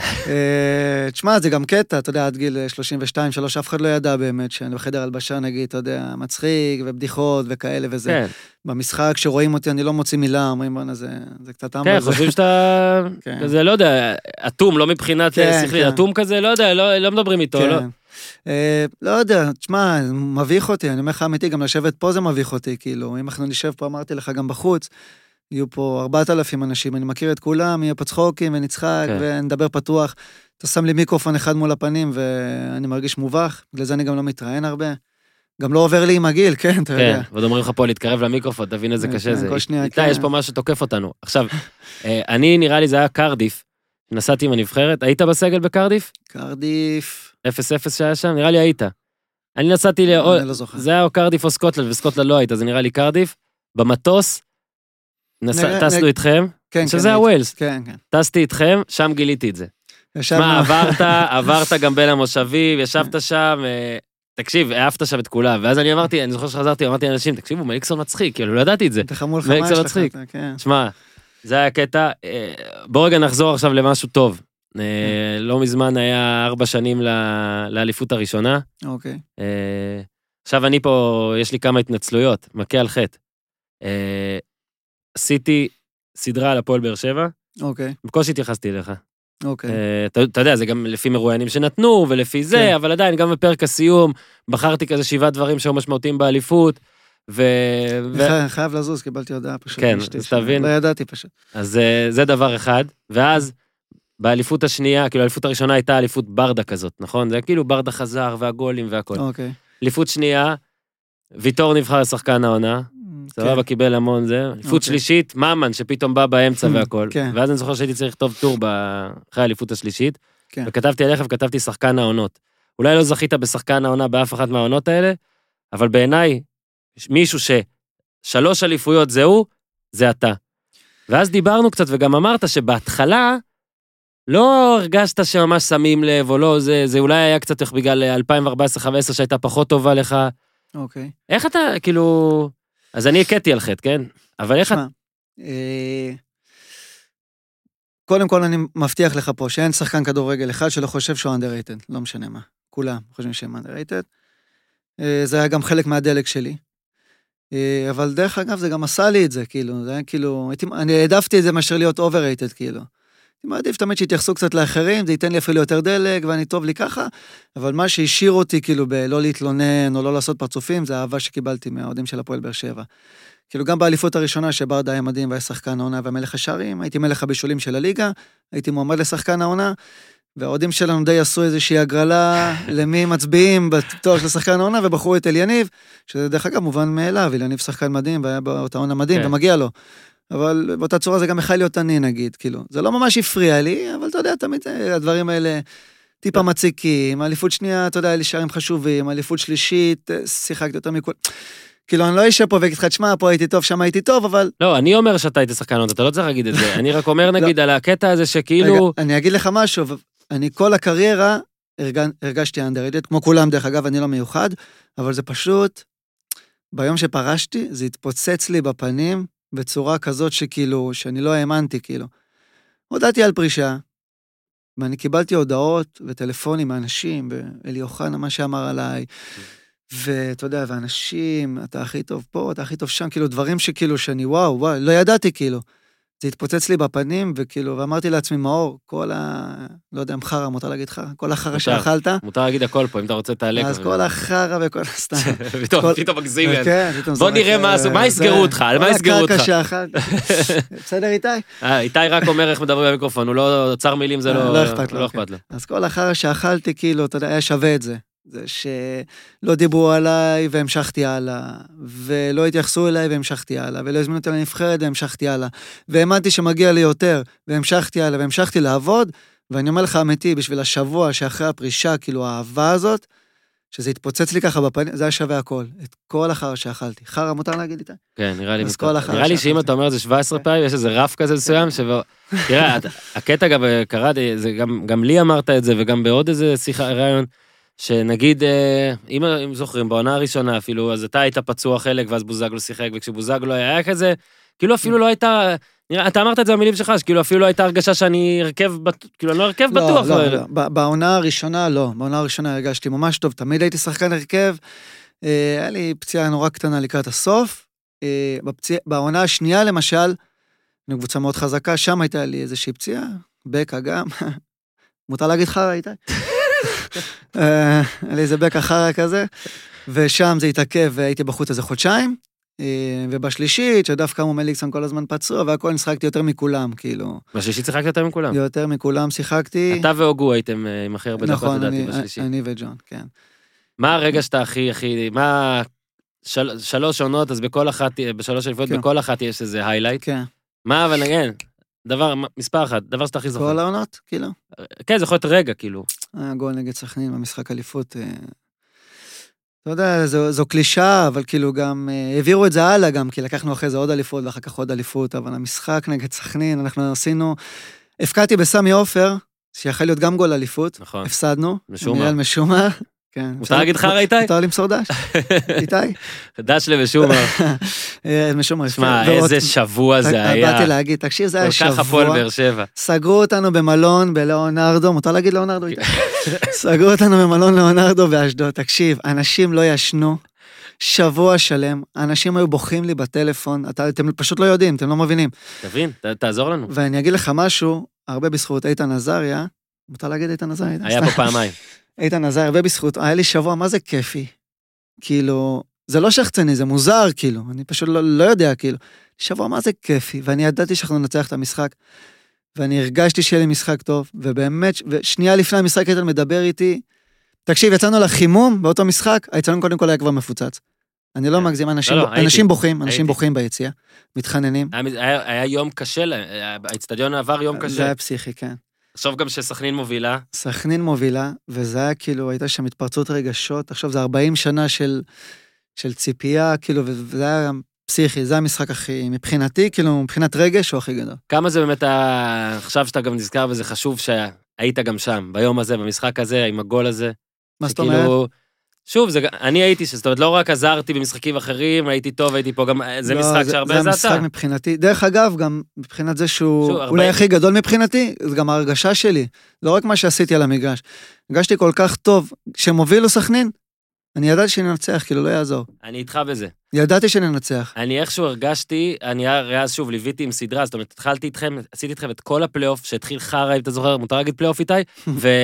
תשמע, זה גם קטע, אתה יודע, עד גיל שלושים ושתיים שלוש, אף אחד לא ידע באמת שאני בחדר הלבשה, נגיד, אתה יודע, מצחיק ובדיחות וכאלה וזה. במשחק שרואים אותי, אני לא מוציא מילה, אומרים, בוא'נה, זה קצת אמר. כן, חושבים שאתה, כזה, לא יודע, אטום, לא מבחינת שכלי, אטום כזה, לא יודע, לא מדברים איתו, לא? לא יודע, תשמע, מביך אותי, אני אומר לך אמיתי, גם לשבת פה זה מביך אותי, כאילו, אם אנחנו נשב פה, אמרתי לך גם בחוץ, יהיו פה ארבעת אלפים אנשים, אני מכיר את כולם, יהיה פה צחוקים ונצחק, ונדבר פתוח, אתה שם לי מיקרופון אחד מול הפנים, ואני מרגיש מובך, בגלל זה אני גם לא מתראיין הרבה, גם לא עובר לי עם הגיל, כן, אתה יודע. כן, ועוד אומרים לך פה להתקרב למיקרופון, תבין איזה קשה זה. איתה, יש פה משהו שתוקף אותנו. עכשיו, אני נראה לי זה היה קרדיף, נסעתי עם הנבחרת, היית בסגל בקרדיף? קרדיף. אפס אפס שהיה שם, נראה לי היית. אני נסעתי, זה היה קרדיף או סקוטלנד, וסקוטלנד לא היית, זה נראה לי קרדיף, במטוס, טסנו איתכם, שזה הווילס, טסתי איתכם, שם גיליתי את זה. מה, עברת, עברת גם בין המושבים, ישבת שם, תקשיב, אהבת שם את כולם, ואז אני אמרתי, אני זוכר שחזרתי, אמרתי לאנשים, תקשיבו, מליקסון מצחיק, כאילו, לא ידעתי את זה. מליקסון מצחיק. שמע, זה היה קטע, בוא רגע נחזור עכשיו למשהו טוב. לא מזמן היה ארבע שנים לאליפות הראשונה. אוקיי. עכשיו אני פה, יש לי כמה התנצלויות, מכה על חטא. עשיתי סדרה על הפועל באר שבע. אוקיי. בקושי התייחסתי אליך. אוקיי. אתה יודע, זה גם לפי מרואיינים שנתנו, ולפי זה, אבל עדיין, גם בפרק הסיום, בחרתי כזה שבעה דברים שהיו משמעותיים באליפות, ו... חייב לזוז, קיבלתי הודעה פשוט. כן, אז תבין. לא ידעתי פשוט. אז זה דבר אחד, ואז, באליפות השנייה, כאילו האליפות הראשונה הייתה אליפות ברדה כזאת, נכון? זה כאילו ברדה חזר, והגולים והכל. אוקיי. אליפות שנייה, ויטור נבחר לשחקן העונה, סבבה קיבל המון זה, אליפות שלישית, מאמן שפתאום בא באמצע והכל, ואז אני זוכר שהייתי צריך לכתוב טור אחרי האליפות השלישית, וכתבתי עליך וכתבתי שחקן העונות. אולי לא זכית בשחקן העונה באף אחת מהעונות האלה, אבל בעיניי, מישהו ששלוש אליפויות זהו, זה אתה. ואז דיברנו קצת וגם אמרת שבהתחלה, לא הרגשת שממש שמים לב או לא, זה, זה אולי היה קצת בגלל אלפיים וארבע עשרה חמש עשרה שהייתה פחות טובה לך. אוקיי. איך אתה, כאילו... אז אני הקטתי על חטא, כן? אבל איך... קודם כל אני מבטיח לך פה, שאין שחקן כדורגל אחד שלא חושב שהוא underrated, לא משנה מה. כולם חושבים שהם underrated. זה היה גם חלק מהדלק שלי. אבל דרך אגב, זה גם עשה לי את זה, כאילו, זה היה כאילו, אני העדפתי את זה מאשר להיות overrated, כאילו. אני מעדיף תמיד שהתייחסו קצת לאחרים, זה ייתן לי אפילו יותר דלק, ואני טוב לי ככה, אבל מה שהשאיר אותי, כאילו, בלא להתלונן, או לא לעשות פרצופים, זה האהבה שקיבלתי מהאוהדים של הפועל באר שבע. כאילו, גם באליפות הראשונה, שברדה היה מדהים, והיה שחקן העונה ומלך השערים, הייתי מלך הבישולים של הליגה, הייתי מועמד לשחקן העונה, והעודים שלנו די עשו איזושהי הגרלה למי מצביעים בתואר של השחקן העונה, ובחרו את אליניב, שזה דרך אגב מובן מאליו, אליניב שחקן מדהים, והיה באותה עונה מדהים, כן. ומגיע לו. אבל באותה צורה זה גם יכול להיות אני, נגיד, כאילו. זה לא ממש הפריע לי, אבל אתה יודע, תמיד הדברים האלה טיפה מציקים, אליפות שנייה, אתה יודע, אלה שערים חשובים, אליפות שלישית, שיחקתי יותר מכל... כאילו, אני לא אשב פה ואגיד לך, תשמע, פה הייתי טוב, שם הייתי טוב, אבל... לא, אני אומר שאתה היית שחקן עונה, אתה לא צריך להגיד את זה. אני רק אומר, נגיד, על הקטע הזה שכאילו... אני אגיד לך משהו, אני כל הקריירה הרגשתי אנדררייטד, כמו כולם, דרך אגב, אני לא מיוחד, אבל זה פשוט, ביום שפרשתי, זה התפוצץ לי בפנים, בצורה כזאת שכאילו, שאני לא האמנתי, כאילו. הודעתי על פרישה, ואני קיבלתי הודעות וטלפונים מאנשים, ואלי אוחנה, מה שאמר עליי, ואתה יודע, ואנשים, אתה הכי טוב פה, אתה הכי טוב שם, כאילו, דברים שכאילו, שאני וואו, וואו, לא ידעתי, כאילו. זה התפוצץ לי בפנים, וכאילו, ואמרתי לעצמי, מאור, כל ה... לא יודע, מחרה, מותר להגיד לך, כל החרה שאכלת. מותר להגיד הכל פה, אם אתה רוצה תעלה. אז כל החרה וכל הסתם. פתאום מגזים. בוא נראה מה יסגרו אותך, על מה יסגרו אותך. כל הקרקע שאכלת. בסדר, איתי? איתי רק אומר איך מדברים במיקרופון, הוא לא, צר מילים זה לא אכפת לו. אז כל החרה שאכלתי, כאילו, אתה יודע, היה שווה את זה. זה שלא דיברו עליי והמשכתי הלאה, ולא התייחסו אליי והמשכתי הלאה, ולא הזמינו אותי לנבחרת והמשכתי הלאה, והאמנתי שמגיע לי יותר, והמשכתי הלאה, והמשכתי לעבוד, ואני אומר לך אמיתי, בשביל השבוע שאחרי הפרישה, כאילו האהבה הזאת, שזה התפוצץ לי ככה בפנים, זה היה שווה הכל, את כל החרה שאכלתי. חרה מותר להגיד איתה? כן, נראה לי מותר. נראה לי שאם אתה אומר זה שבע עשרה פעמים, יש איזה רף כזה מסוים, שבו... תראה, הקטע גם קראתי, גם לי אמרת את זה, וגם בעוד איזה שיחה, רעיון, שנגיד, אם, אם זוכרים, בעונה הראשונה אפילו, אז אתה היית פצוע חלק, ואז בוזגלו שיחק, וכשבוזגלו היה כזה, כאילו אפילו לא הייתה, נראה, אתה אמרת את זה במילים שלך, שכאילו אפילו לא הייתה הרגשה שאני הרכב, כאילו אני לא הרכב לא, בטוח. לא, לא. בעונה הראשונה לא, בעונה הראשונה הרגשתי ממש טוב, תמיד הייתי שחקן הרכב, היה לי פציעה נורא קטנה לקראת הסוף, בפציע, בעונה השנייה למשל, אני קבוצה מאוד חזקה, שם הייתה לי איזושהי פציעה, בקה גם, מותר להגיד לך, הייתה? היה לי איזה בק אחר כזה, ושם זה התעכב, והייתי בחוץ איזה חודשיים, ובשלישית, שדווקא כמו מליקסון כל הזמן פצוע, והכל נשחקתי יותר מכולם, כאילו. בשלישית שיחקת יותר מכולם? יותר מכולם שיחקתי. אתה ואוגו הייתם עם הכי הרבה דקות, נכון, לדעתי, בשלישית. אני וג'ון, כן. מה הרגע שאתה הכי, הכי, מה... שלוש עונות, אז בכל אחת, בשלוש אליפויות, בכל אחת יש איזה היילייט. כן. מה, אבל נגן, דבר, מספר אחת, דבר שאתה הכי זוכר. כל העונות, כאילו? כן, זה יכול להיות רגע, כאילו. גול נגד סכנין במשחק אליפות. אתה יודע, זו, זו קלישה, אבל כאילו גם העבירו את זה הלאה גם, כי לקחנו אחרי זה עוד אליפות, ואחר כך עוד אליפות, אבל המשחק נגד סכנין, אנחנו עשינו, הפקעתי בסמי עופר, שיכול להיות גם גול אליפות. נכון. הפסדנו. משומר. משומר. כן. מותר להגיד חרא, איתי? מותר למסור דש. איתי? דש למשומר. משומר. שמע, איזה שבוע זה היה. באתי להגיד, תקשיב, זה היה שבוע. כל כך הפועל באר שבע. סגרו אותנו במלון בלאונרדו, מותר להגיד לאונרדו איתי. סגרו אותנו במלון לאונרדו באשדוד. תקשיב, אנשים לא ישנו, שבוע שלם, אנשים היו בוכים לי בטלפון, אתם פשוט לא יודעים, אתם לא מבינים. תבין, תעזור לנו. ואני אגיד לך משהו, הרבה בזכות איתן עזריה, מותר להגיד איתן עזריה? היה פה פעמיים. איתן עזר, הרבה בזכות, היה לי שבוע, מה זה כיפי? כאילו, זה לא שחצני, זה מוזר, כאילו, אני פשוט לא, לא יודע, כאילו, שבוע, מה זה כיפי? ואני ידעתי שאנחנו נצח את המשחק, ואני הרגשתי שיהיה לי משחק טוב, ובאמת, ושנייה לפני המשחק איתן מדבר איתי, תקשיב, יצאנו לחימום באותו משחק, היצאנו קודם כל היה כבר מפוצץ. אני לא מגזים, אנשים, לא, לא, אנשים בוכים, אנשים הייתי. בוכים ביציאה, מתחננים. היה, היה יום קשה, האצטדיון עבר יום קשה. זה היה פסיכי, כן. עכשיו גם שסכנין מובילה. סכנין מובילה, וזה היה כאילו, הייתה שם התפרצות רגשות, עכשיו זה ארבעים שנה של, של ציפייה, כאילו, וזה היה פסיכי, זה המשחק הכי, מבחינתי, כאילו, מבחינת רגש הוא הכי גדול. כמה זה באמת, עכשיו שאתה גם נזכר, וזה חשוב שהיית גם שם, ביום הזה, במשחק הזה, עם הגול הזה. מה זאת אומרת? שוב, זה, אני הייתי, זאת אומרת, לא רק עזרתי במשחקים אחרים, הייתי טוב, הייתי פה גם, זה לא, משחק זה, שהרבה זה, זה אתה. זה המשחק מבחינתי, דרך אגב, גם מבחינת זה שהוא שוב, אולי הרבה... הכי גדול מבחינתי, זה גם ההרגשה שלי, לא רק מה שעשיתי על המגרש. הרגשתי כל כך טוב, שהם הובילו סכנין, אני ידעתי שננצח, כאילו לא יעזור. אני איתך בזה. ידעתי שננצח. אני איכשהו הרגשתי, אני אז שוב ליוויתי עם סדרה, זאת אומרת, התחלתי איתכם, עשיתי איתכם את כל הפלייאוף, שהתחיל חרה, אם אתה זוכר, מותר להגיד פלייאוף איתי, ו...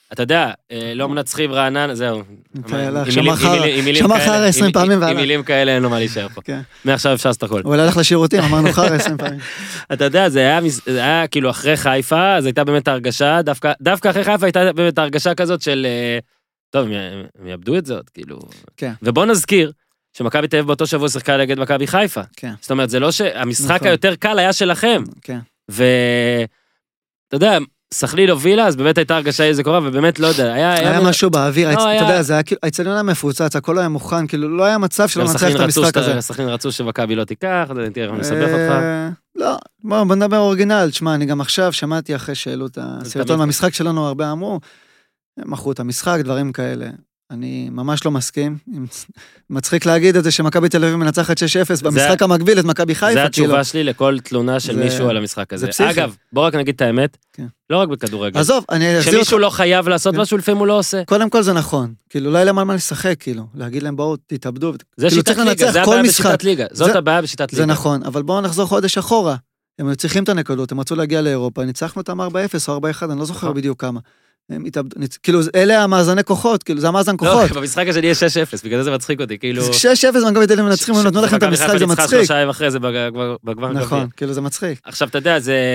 אתה יודע, לא מנצחים רענן, זהו. שמע חר עשרים פעמים ועלה. עם מילים כאלה אין לו מה להישאר פה. מעכשיו אפשר לעשות הכל. הוא הלך לשירותים, אמרנו חר עשרים פעמים. אתה יודע, זה היה כאילו אחרי חיפה, אז הייתה באמת הרגשה, דווקא אחרי חיפה הייתה באמת הרגשה כזאת של, טוב, הם יאבדו את זאת, כאילו. ובוא נזכיר, שמכבי תל אביב באותו שבוע שיחקה נגד מכבי חיפה. זאת אומרת, זה לא שהמשחק היותר קל היה שלכם. ואתה יודע, סכנין הובילה, אז באמת הייתה הרגשה איזה קורה, ובאמת לא יודע, היה... היה משהו באוויר, אתה יודע, זה היה כאילו, האצטדיון היה מפוצץ, הכל היה מוכן, כאילו לא היה מצב שלא נצח את המשחק הזה. סכנין רצו שמכבי לא תיקח, תראה, אני מסבך אותך. לא, בוא נדבר אורגינל, תשמע, אני גם עכשיו שמעתי אחרי שאלו את הסרטון מהמשחק שלנו, הרבה אמרו, מכרו את המשחק, דברים כאלה. אני ממש לא מסכים, מצחיק להגיד את זה שמכבי תל אביב מנצחת שש אפס במשחק המקביל את מכבי חיפה. זה התשובה שלי לכל תלונה של מישהו על המשחק הזה. אגב, בוא רק נגיד את האמת, לא רק בכדורגל. עזוב, אני אחזיר... שמישהו לא חייב לעשות משהו, לפעמים הוא לא עושה. קודם כל זה נכון, כאילו לא היה להם על מה לשחק, כאילו, להגיד להם בואו תתאבדו. זה שיטת ליגה, זה הבעיה בשיטת ליגה, זאת הבעיה בשיטת ליגה. זה נכון, אבל בואו נחזור חודש אחורה. הם צריכים את הנקודות, הם רצו להגיע לאירופה, ניצחנו אותם ארבע אפס או ארבע אחד, אני לא זוכר בדיוק כמה. כאילו, אלה המאזני כוחות, כאילו, זה המאזן כוחות. לא, במשחק השני יש שש אפס, בגלל זה זה מצחיק אותי, כאילו... שש אפס, מכבי תל אביב מנצחים, נתנו לכם את המשחק, זה מצחיק. שלושה ימים אחרי זה בגמר גביע. נכון, כאילו, זה מצחיק. עכשיו, אתה יודע, זה...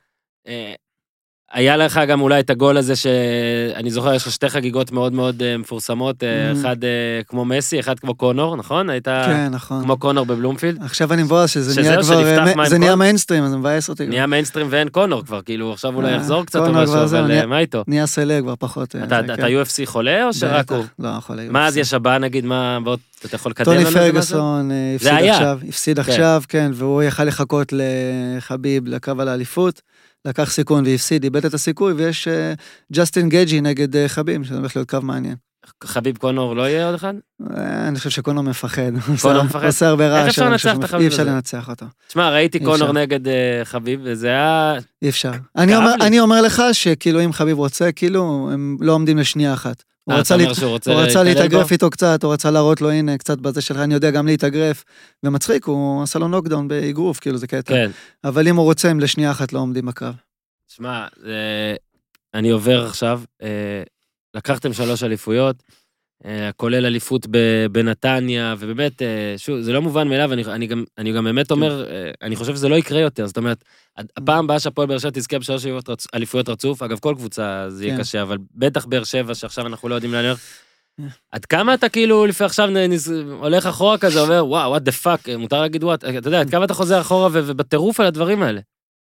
היה לך גם אולי את הגול הזה שאני זוכר, יש לך שתי חגיגות מאוד מאוד מפורסמות, אחד כמו מסי, אחד כמו קונור, נכון? הייתה כמו קונור בבלומפילד. עכשיו אני מבואס שזה נהיה כבר, זה נהיה מיינסטרים, אז זה מבאס אותי. נהיה מיינסטרים ואין קונור כבר, כאילו עכשיו אולי יחזור קצת או משהו, אבל מה איתו? נהיה סלג כבר פחות. אתה יו אף סי חולה או שרק הוא? לא, חולה. מה אז יש הבא נגיד, מה, אתה יכול לקדם לנו? טוני פרגוסון הפסיד עכשיו, כן, והוא יכל לחכות לחביב לקרב על האליפות. לקח סיכון והפסיד, איבד את הסיכוי, ויש ג'סטין גייג'י נגד חביב, שזה הולך להיות קו מעניין. חביב קונור לא יהיה עוד אחד? אני חושב שקונור מפחד. קונור מפחד? עושה הרבה רעש. איך אפשר לנצח את החביב הזה? אי אפשר לנצח אותו. תשמע, ראיתי קונור נגד חביב, וזה היה... אי אפשר. אני אומר לך שכאילו אם חביב רוצה, כאילו הם לא עומדים לשנייה אחת. הוא רצה להתאגרף איתו קצת, הוא רצה להראות לו, הנה, קצת בזה שלך, אני יודע גם להתאגרף, ומצחיק, הוא עשה לו נוקדאון באגרוף, כאילו זה קטע. אבל אם הוא רוצה, הם לשנייה אחת לא עומדים בקרב. שמע, אני עובר עכשיו, לקחתם שלוש אליפויות, כולל אליפות בנתניה, ובאמת, שוב, זה לא מובן מאליו, אני גם, אני גם באמת אומר, אני חושב שזה לא יקרה יותר, זאת אומרת, הפעם באה שהפועל באר שבע תזכה בשלוש אליפויות רצוף, אגב, כל קבוצה זה יהיה קשה, אבל בטח באר שבע, שעכשיו אנחנו לא יודעים לעניין, עד כמה אתה כאילו, לפי עכשיו הולך אחורה כזה, אומר, וואו, what the fuck, מותר להגיד, אתה יודע, עד כמה אתה חוזר אחורה ובטירוף על הדברים האלה?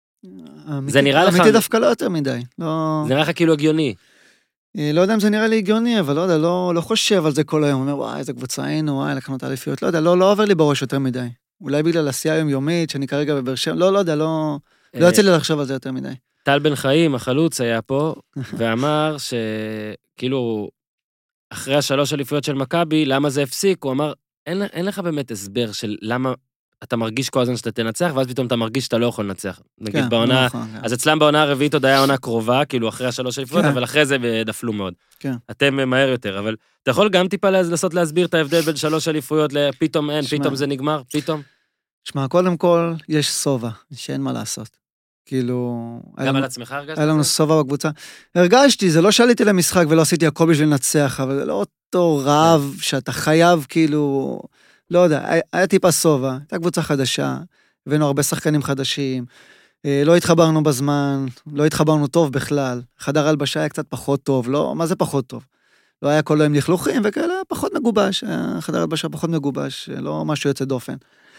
זה נראה לך... אמיתי דווקא לא יותר מדי. זה נראה לך כאילו הגיוני. לא יודע אם זה נראה לי הגיוני, אבל לא יודע, לא, לא חושב על זה כל היום, אומר, וואי, איזה קבוצה היינו, וואי, לקחנו את האליפיות, לא יודע, לא, לא עובר לי בראש יותר מדי. אולי בגלל עשייה יומיומית, שאני כרגע בבאר שבע, לא, לא יודע, לא, לא יוצא לי לחשוב על זה יותר מדי. טל בן חיים, החלוץ, היה פה, ואמר שכאילו, אחרי השלוש אליפויות של מכבי, למה זה הפסיק? הוא אמר, אין, אין לך באמת הסבר של למה אתה מרגיש כל הזמן שאתה תנצח, ואז פתאום אתה מרגיש שאתה לא יכול לנצח. נגיד כן, בעונה, נכון, אז אצלם בעונה הרביעית עוד היה עונה קרובה, כאילו אחרי השלוש אליפויות, כן. אבל אחרי זה דפלו מאוד. כן. אתם מהר יותר, אבל אתה יכול גם טיפה לנסות להסביר את ההבדל בין שלוש אליפויות לפתאום אין, שמה, פתאום זה נגמר, פתאום? שמע, קודם כל, יש סובה, שאין מה לעשות. כאילו... גם על עצמך הרגשת? היה לנו סובה בקבוצה. הרגשתי, זה לא שעליתי למשחק ולא עשיתי הכל בשביל לנצח, אבל זה לא אותו רעב שאתה חייב, כאילו... לא יודע, היה טיפה סובה, הייתה קבוצה חדשה, הבאנו הרבה שחקנים חדשים, לא התחברנו בזמן, לא התחברנו טוב בכלל, חדר הלבשה היה קצת פחות טוב, לא, מה זה פחות טוב? לא היה כל היום לכלוכים וכאלה, פחות מגובש, חדר הלבשה פחות מגובש, לא משהו יוצא דופן.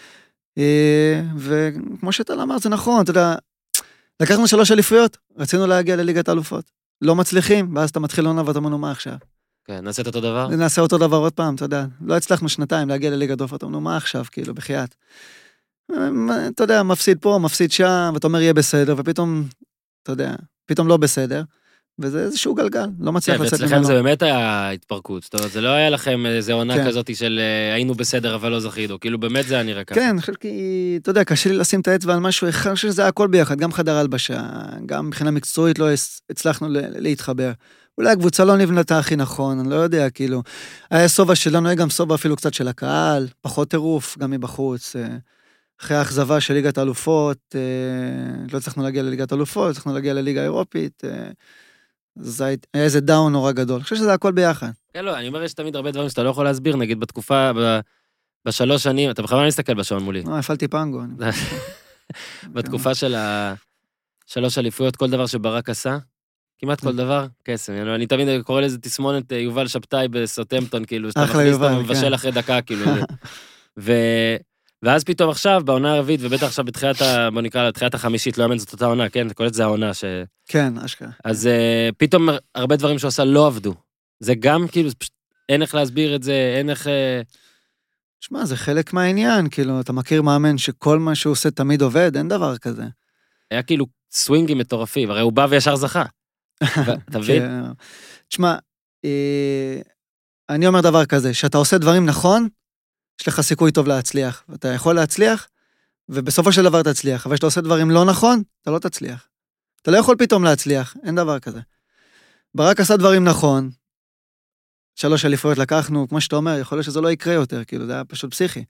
וכמו שאתה אמר, זה נכון, אתה יודע, לקחנו שלוש אליפויות, רצינו להגיע לליגת האלופות, לא מצליחים, ואז אתה מתחיל לעונה ואתה אומר, מה עכשיו? כן, נעשה את אותו דבר? נעשה אותו דבר עוד פעם, אתה יודע. לא הצלחנו שנתיים להגיע לליגת האלופות, אמרנו, מה עכשיו, כאילו, בחייאת. אתה יודע, מפסיד פה, מפסיד שם, ואתה אומר, יהיה בסדר, ופתאום, אתה יודע, פתאום לא בסדר, וזה איזשהו גלגל, לא מצליח לצאת ממנו. ואצלכם זה באמת היה התפרקות, זאת אומרת, זה לא היה לכם איזו עונה כזאת של היינו בסדר, אבל לא זכינו, כאילו באמת זה היה נראה ככה. כן, חלקי, אתה יודע, קשה לי לשים את האצבע על משהו, אני חושב שזה היה הכל ביחד, גם חדר הלבשה, גם מבחינה מקצועית לא הצלחנו להתחבר. אולי הקבוצה לא נבנתה הכי נכון, אני לא יודע, כאילו, היה סובה שלנו, היה גם סובה אפילו קצת של הקהל, פחות טירוף, גם מבחוץ, אחרי האכזבה של ליגת האלופות, לא הצלחנו להגיע לליגת האלופות, הצלחנו להגיע לליגה האירופית, זה היה איזה דאון נורא גדול. אני חושב שזה הכל ביחד. כן, לא, אני אומר, יש תמיד הרבה דברים שאתה לא יכול להסביר, נגיד בתקופה, בשלוש שנים, אתה בכלל להסתכל בשעון מולי. לא, הפעלתי פנגו. בתקופה של השלוש אליפויות, כל דבר שברק עשה, כמעט כל דבר, קסם. אני תמיד קורא לזה תסמונת יובל שבתאי בסוטמפטון, כאילו, שאתה מכניס אותו ומבשל אחרי דקה, כאילו. ואז פתאום עכשיו, בעונה הרביעית, ובטח עכשיו בתחילת, בוא נקרא לה, בתחילת החמישית, לא יאמן זאת אותה עונה, כן? כל זה העונה ש... כן, אשכרה. אז פתאום הרבה דברים שהוא עשה לא עבדו. זה גם, כאילו, אין איך להסביר את זה, אין איך... שמע, זה חלק מהעניין, כאילו, אתה מכיר מאמן שכל מה שהוא עושה תמיד עובד, אין דבר כזה. היה כאילו סווינגים מטורפים, הרי הוא בא וישר זכה. אתה מבין? תשמע, אני אומר דבר כזה, שאתה עושה דברים נכון, יש לך סיכוי טוב להצליח. אתה יכול להצליח, ובסופו של דבר תצליח. אבל כשאתה עושה דברים לא נכון, אתה לא תצליח. אתה לא יכול פתאום להצליח, אין דבר כזה. ברק עשה דברים נכון, שלוש אליפויות לקחנו, כמו שאתה אומר, יכול להיות שזה לא יקרה יותר, כאילו, זה היה פשוט פסיכי.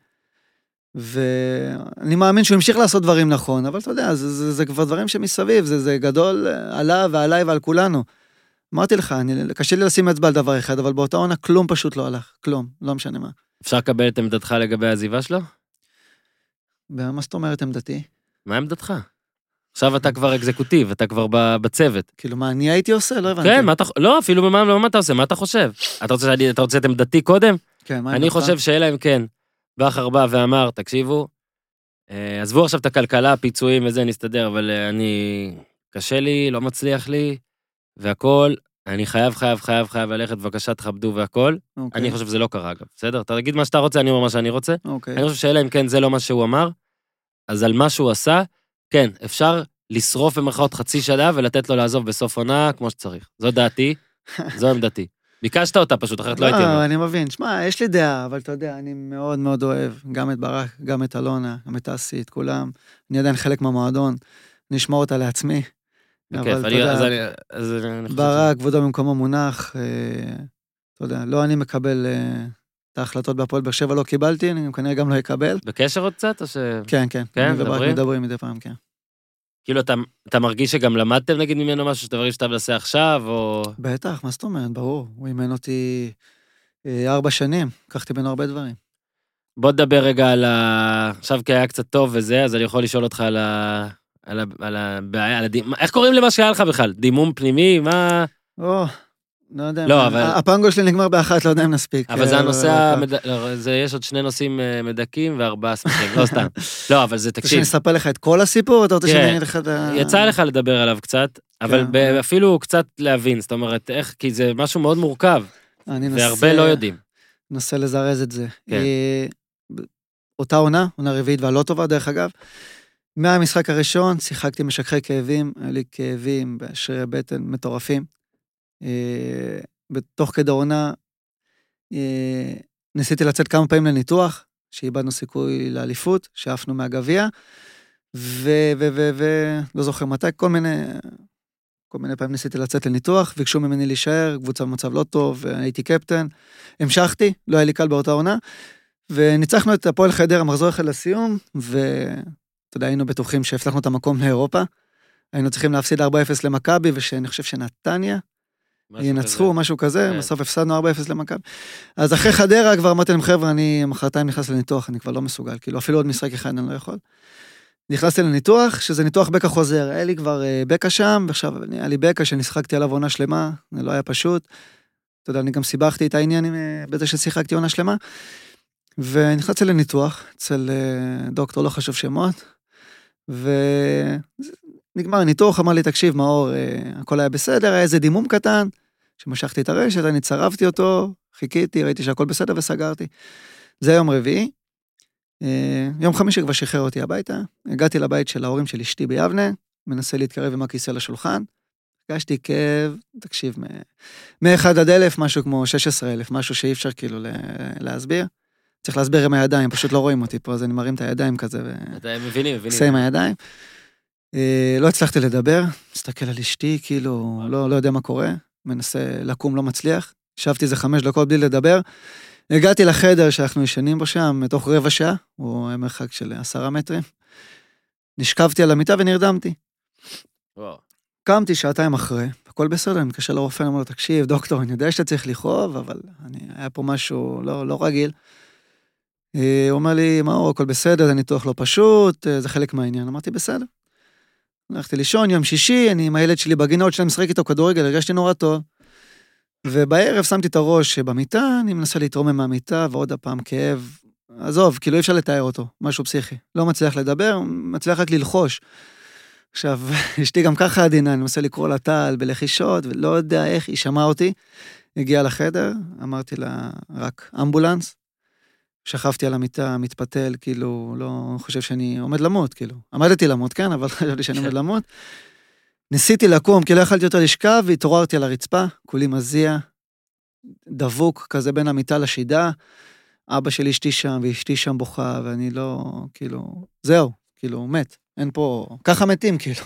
ואני מאמין שהוא המשיך לעשות דברים נכון, אבל אתה יודע, זה, זה, זה כבר דברים שמסביב, זה, זה גדול עליו ועליי ועל כולנו. אמרתי לך, אני, קשה לי לשים אצבע על דבר אחד, אבל באותה עונה כלום פשוט לא הלך, כלום, לא משנה מה. אפשר לקבל את עמדתך לגבי העזיבה שלו? מה זאת אומרת עמדתי? מה עמדתך? עכשיו אתה כבר אקזקוטיב, אתה כבר בצוות. כאילו, מה אני הייתי עושה? לא הבנתי. כן, מה אתה... לא, אפילו במה, לא מה אתה עושה, מה אתה חושב? אתה רוצה, אתה רוצה את עמדתי קודם? כן, מה אני חושב שאלה אם כן, באחר בא ואמר, תקשיבו, עזבו עכשיו את הכלכלה, פיצויים וזה, נסתדר, אבל אני... קשה לי, לא מצליח לי, והכל, אני חייב, חייב, חייב, חייב ללכת, בבקשה, תכבדו והכל. אני חושב שזה לא קרה, אגב, בסדר? אתה תגיד מה שאתה רוצה, אני אומר מה שאני רוצה. אני חושב שאלה אם כן, זה לא מה שהוא אמר, אז על מה שהוא עשה, כן, אפשר לשרוף במרכאות חצי שנה ולתת לו לעזוב בסוף עונה כמו שצריך. זו דעתי, זו עמדתי. ביקשת אותה פשוט, אחרת לא הייתי אומר. לא, אני מבין. שמע, יש לי דעה, אבל אתה יודע, אני מאוד מאוד אוהב גם את ברק, גם את אלונה, גם את אסי, את כולם. אני עדיין חלק מהמועדון, נשמור אותה לעצמי. בכיף, אני יודע, ברק, כבודו במקומו מונח, אתה יודע, לא אני מקבל את ההחלטות בהפועל באר שבע, לא קיבלתי, אני כנראה גם לא אקבל. בקשר עוד קצת, או ש... כן, כן. כן, מדברים? מדברים מדי פעם, כן. כאילו, אתה, אתה מרגיש שגם למדתם, נגיד, ממנו משהו שאתה מרגיש שאתה מנסה עכשיו, או... בטח, מה זאת אומרת? ברור. הוא אימן אותי אה, ארבע שנים, לקחתי ממנו הרבה דברים. בוא נדבר רגע על ה... עכשיו כי היה קצת טוב וזה, אז אני יכול לשאול אותך על ה... על, ה... על הבעיה, על הדימום... איך קוראים למה שהיה לך בכלל? דימום פנימי? מה... או... לא יודע, לא, אבל... הפנגו שלי נגמר באחת, לא יודע אם נספיק. אבל זה הנושא, המד... זה, יש עוד שני נושאים מדקים וארבעה שמחים, לא סתם. לא, אבל זה תקשיב. שאני אספר לך את כל הסיפור, אתה רוצה שאני אגיד לך את ה... יצא לך לדבר עליו קצת, אבל אפילו קצת להבין, זאת אומרת, איך, כי זה משהו מאוד מורכב, והרבה לא יודעים. ננסה לזרז את זה. אותה עונה, עונה רביעית והלא טובה, דרך אגב, מהמשחק הראשון, שיחקתי משככי כאבים, היה לי כאבים בשרירי בטן מטורפים. בתוך כדי עונה, ניסיתי לצאת כמה פעמים לניתוח, שאיבדנו סיכוי לאליפות, שאפנו מהגביע, ו... ו... ו... ו... לא זוכר מתי, כל מיני... כל מיני פעמים ניסיתי לצאת לניתוח, ביקשו ממני להישאר, קבוצה במצב לא טוב, הייתי קפטן, המשכתי, לא היה לי קל באותה עונה, וניצחנו את הפועל חדרה, מחזור אחד לסיום, ואתה יודע, היינו בטוחים שהפתחנו את המקום לאירופה, היינו צריכים להפסיד ארבע אפס למכבי, ושאני חושב שנתניה, ינצחו, משהו כזה, בסוף הפסדנו ארבע אפס למכבי. אז אחרי חדרה כבר אמרתי להם, חבר'ה, אני מחרתיים נכנס לניתוח, אני כבר לא מסוגל, כאילו אפילו עוד משחק אחד אני לא יכול. נכנסתי לניתוח, שזה ניתוח בקע חוזר, היה לי כבר בקע שם, ועכשיו היה לי בקע שנשחקתי עליו עונה שלמה, זה לא היה פשוט. אתה יודע, אני גם סיבכתי את העניין בזה ששיחקתי עונה שלמה, ונכנסתי לניתוח, אצל דוקטור לא חשוב שמות, ונגמר הניתוח, אמר לי, תקשיב, מאור, הכל היה בסדר, היה איזה דימום קטן, שמשכתי את הרשת, אני צרפתי אותו, חיכיתי, ראיתי שהכל בסדר וסגרתי. זה יום רביעי, יום חמישי כבר שחרר אותי הביתה, הגעתי לבית של ההורים של אשתי ביבנה, מנסה להתקרב עם הכיסא לשולחן, הגשתי כאב, תקשיב, מ-אחד עד אלף, משהו כמו שש עשרה אלף, משהו שאי אפשר כאילו להסביר, צריך להסביר עם הידיים, פשוט לא רואים אותי פה, אז אני מרים את הידיים כזה, אתם מבינים, מבינים. עושה עם הידיים, לא הצלחתי לדבר, מסתכל על אשתי, כאילו, לא יודע מה קורה, מנסה לקום, לא מצליח, ישבתי איזה חמש דקות בלי לדבר, הגעתי לחדר שאנחנו ישנים בו שם, מתוך רבע שעה, הוא מרחק של עשרה מטרים, נשכבתי על המיטה ונרדמתי. וואו. קמתי שעתיים אחרי, הכל בסדר, אני מתקשר לרופא, אני אומר לו, תקשיב, דוקטור, אני יודע שאתה צריך לכאוב, אבל אני, היה פה משהו לא, לא רגיל. הוא אומר לי, מה, הכל בסדר, זה ניתוח לא פשוט, זה חלק מהעניין. אמרתי, בסדר. הלכתי לישון, יום שישי, אני עם הילד שלי בגינה, עוד שלהם משחק איתו כדורגל, הרגשתי נורא טוב. ובערב שמתי את הראש במיטה, אני מנסה להתרומם מהמיטה, ועוד הפעם כאב, עזוב, כאילו אי אפשר לתאר אותו, משהו פסיכי. לא מצליח לדבר, מצליח רק ללחוש. עכשיו, אשתי גם ככה עדינה, אני מנסה לקרוא לה טל בלחישות, ולא יודע איך, היא שמעה אותי, הגיעה לחדר, אמרתי לה, רק אמבולנס, שכבתי על המיטה, מתפתל, כאילו, לא חושב שאני עומד למות, כאילו. עמדתי למות, כן, אבל חשבתי שאני עומד למות. ניסיתי לקום, כי לא יכלתי יותר לשכב, והתעוררתי על הרצפה, כולי מזיע, דבוק כזה בין המיטה לשידה, אבא שלי אשתי שם, ואשתי שם בוכה, ואני לא, כאילו, זהו, כאילו, מת. אין פה, ככה מתים, כאילו.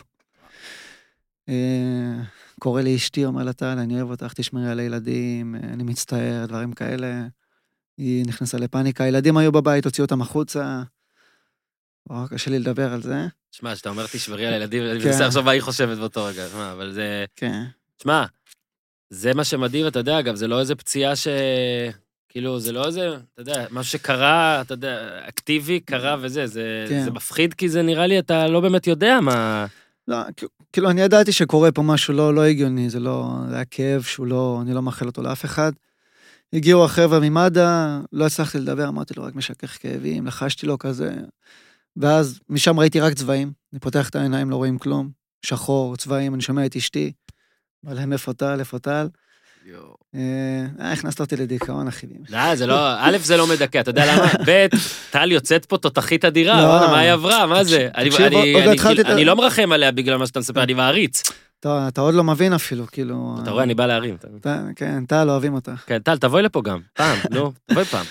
קורא לי אשתי, אומר לה, טל, אני אוהב אותך, תשמרי על הילדים, אני מצטער, דברים כאלה. היא נכנסה לפאניקה, הילדים היו בבית, הוציאו אותם החוצה. וואו, קשה לי לדבר על זה. שמע, שאתה אומר תשמרי על הילדים, אני מנסה עכשיו מה היא חושבת באותו רגע, שמע, אבל זה... כן. שמע, זה מה שמדהים, אתה יודע, אגב, זה לא איזה פציעה ש... כאילו, זה לא איזה, אתה יודע, משהו שקרה, אתה יודע, אקטיבי, קרה וזה, זה, כן. זה מפחיד, כי זה נראה לי, אתה לא באמת יודע מה... לא, כאילו, אני ידעתי שקורה פה משהו לא, לא הגיוני, זה לא, זה היה כאב שהוא לא, אני לא מאחל אותו לאף אחד. הגיעו החבר'ה ממד"א, לא הצלחתי לדבר, אמרתי לו, רק משכך כאבים, לחשתי לו כזה, ואז משם ראיתי רק צבעים, אני פותח את העיניים, לא רואים כלום, שחור, צבעים, אני שומע את אשתי, אבל הם איפה טל, איפה טל, אה, הכנסת אותי לדיכאון, אחיבים. לא, זה לא, א', זה לא מדכא, אתה יודע למה? ב', טל יוצאת פה תותחית אדירה, מה היא עברה, מה זה? אני לא מרחם עליה בגלל מה שאתה מספר, אני מעריץ. אתה עוד לא מבין אפילו, כאילו... אתה רואה, אני בא להרים. כן, טל, אוהבים אותך. כן, טל, תבואי לפה גם, פעם, נו, תבואי פעם.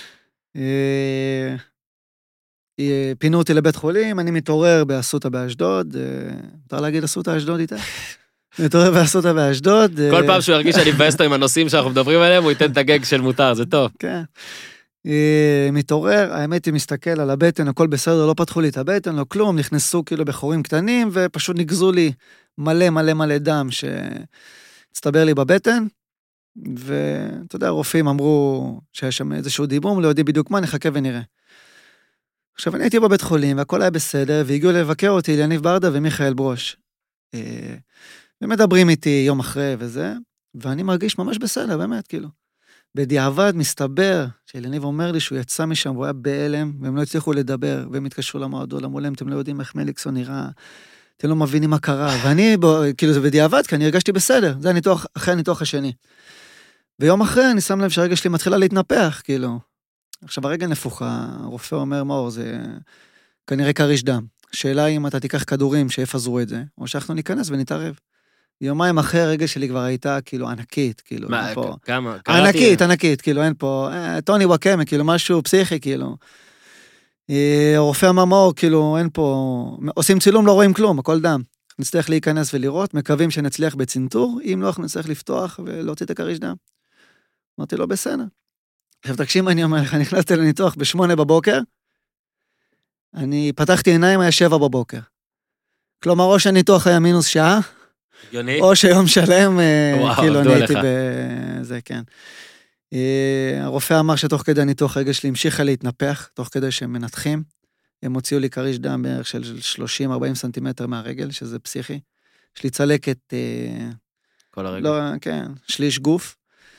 פינו אותי לבית חולים, אני מתעורר באסותא באשדוד, מותר להגיד אסותא אשדוד איתה? מתעורר באסותא באשדוד. כל פעם שהוא ירגיש שאני מבאס אותו עם הנושאים שאנחנו מדברים עליהם, הוא ייתן את הגג של מותר, זה טוב. כן. מתעורר, האמת היא מסתכל על הבטן, הכל בסדר, לא פתחו לי את הבטן, לא כלום, נכנסו כאילו בחורים קטנים, ופשוט נגזו לי מלא מלא מלא דם שהצטבר לי בבטן, ואתה יודע, הרופאים אמרו שיש שם איזשהו דיבום, לא יודעים בדיוק מה, נחכה ונראה. עכשיו אני הייתי בבית חולים, והכל היה בסדר, והגיעו לבקר אותי יניב ברדה ומיכאל ברוש. ומדברים איתי יום אחרי וזה, ואני מרגיש ממש בסדר, באמת, כאילו. בדיעבד מסתבר, שאליניב אומר לי שהוא יצא משם, והוא היה בהלם, והם לא הצליחו לדבר, והם התקשרו למועדון, אמרו להם, אתם לא יודעים איך מליקסון נראה, אתם לא מבינים מה קרה, ואני, כאילו, זה בדיעבד, כי אני הרגשתי בסדר, זה הניתוח, אחרי הניתוח השני. ויום אחרי, אני שם לב שהרגש שלי מתחילה להתנפח, כאילו. עכשיו, הרגל נפוחה, הרופא אומר, מאור, זה כנראה קריש דם. שאלה אם אתה תיקח כדורים שיפזרו את זה, או שאנחנו ניכנס ונתערב. יומיים אחרי הרגל שלי כבר הייתה, כאילו, ענקית, כאילו, מה, פה... כמה? ענקית, ענקית, כאילו, אין פה... טוני וואקמה, כאילו, משהו פסיכי, כאילו. הרופא אמר מאור, כאילו, אין פה... עושים צילום, לא רואים כלום, הכל דם. נצטרך להיכנס ולראות, מקווים שנצליח בצנתור, אם לא, אנחנו נצטרך לפתוח ולהוציא את הקריש דם. אמרתי לו, בסדר. עכשיו, תקשיב, אני אומר לך, נכנסתי לניתוח בשמונה בבוקר, אני פתחתי עיניים, היה שבע בבוקר. כלומר, או שהניתוח היה מינוס שעה, יוני? או שיום שלם, וואו, כאילו, אני הייתי בזה, כן. הרופא אמר שתוך כדי הניתוח הרגל שלי המשיכה להתנפח, תוך כדי שהם מנתחים, הם הוציאו לי קריש דם בערך של שלושים ארבעים סנטימטר מהרגל, שזה פסיכי. יש לי צלקת... כל הרגל. לא, כן, שליש גוף.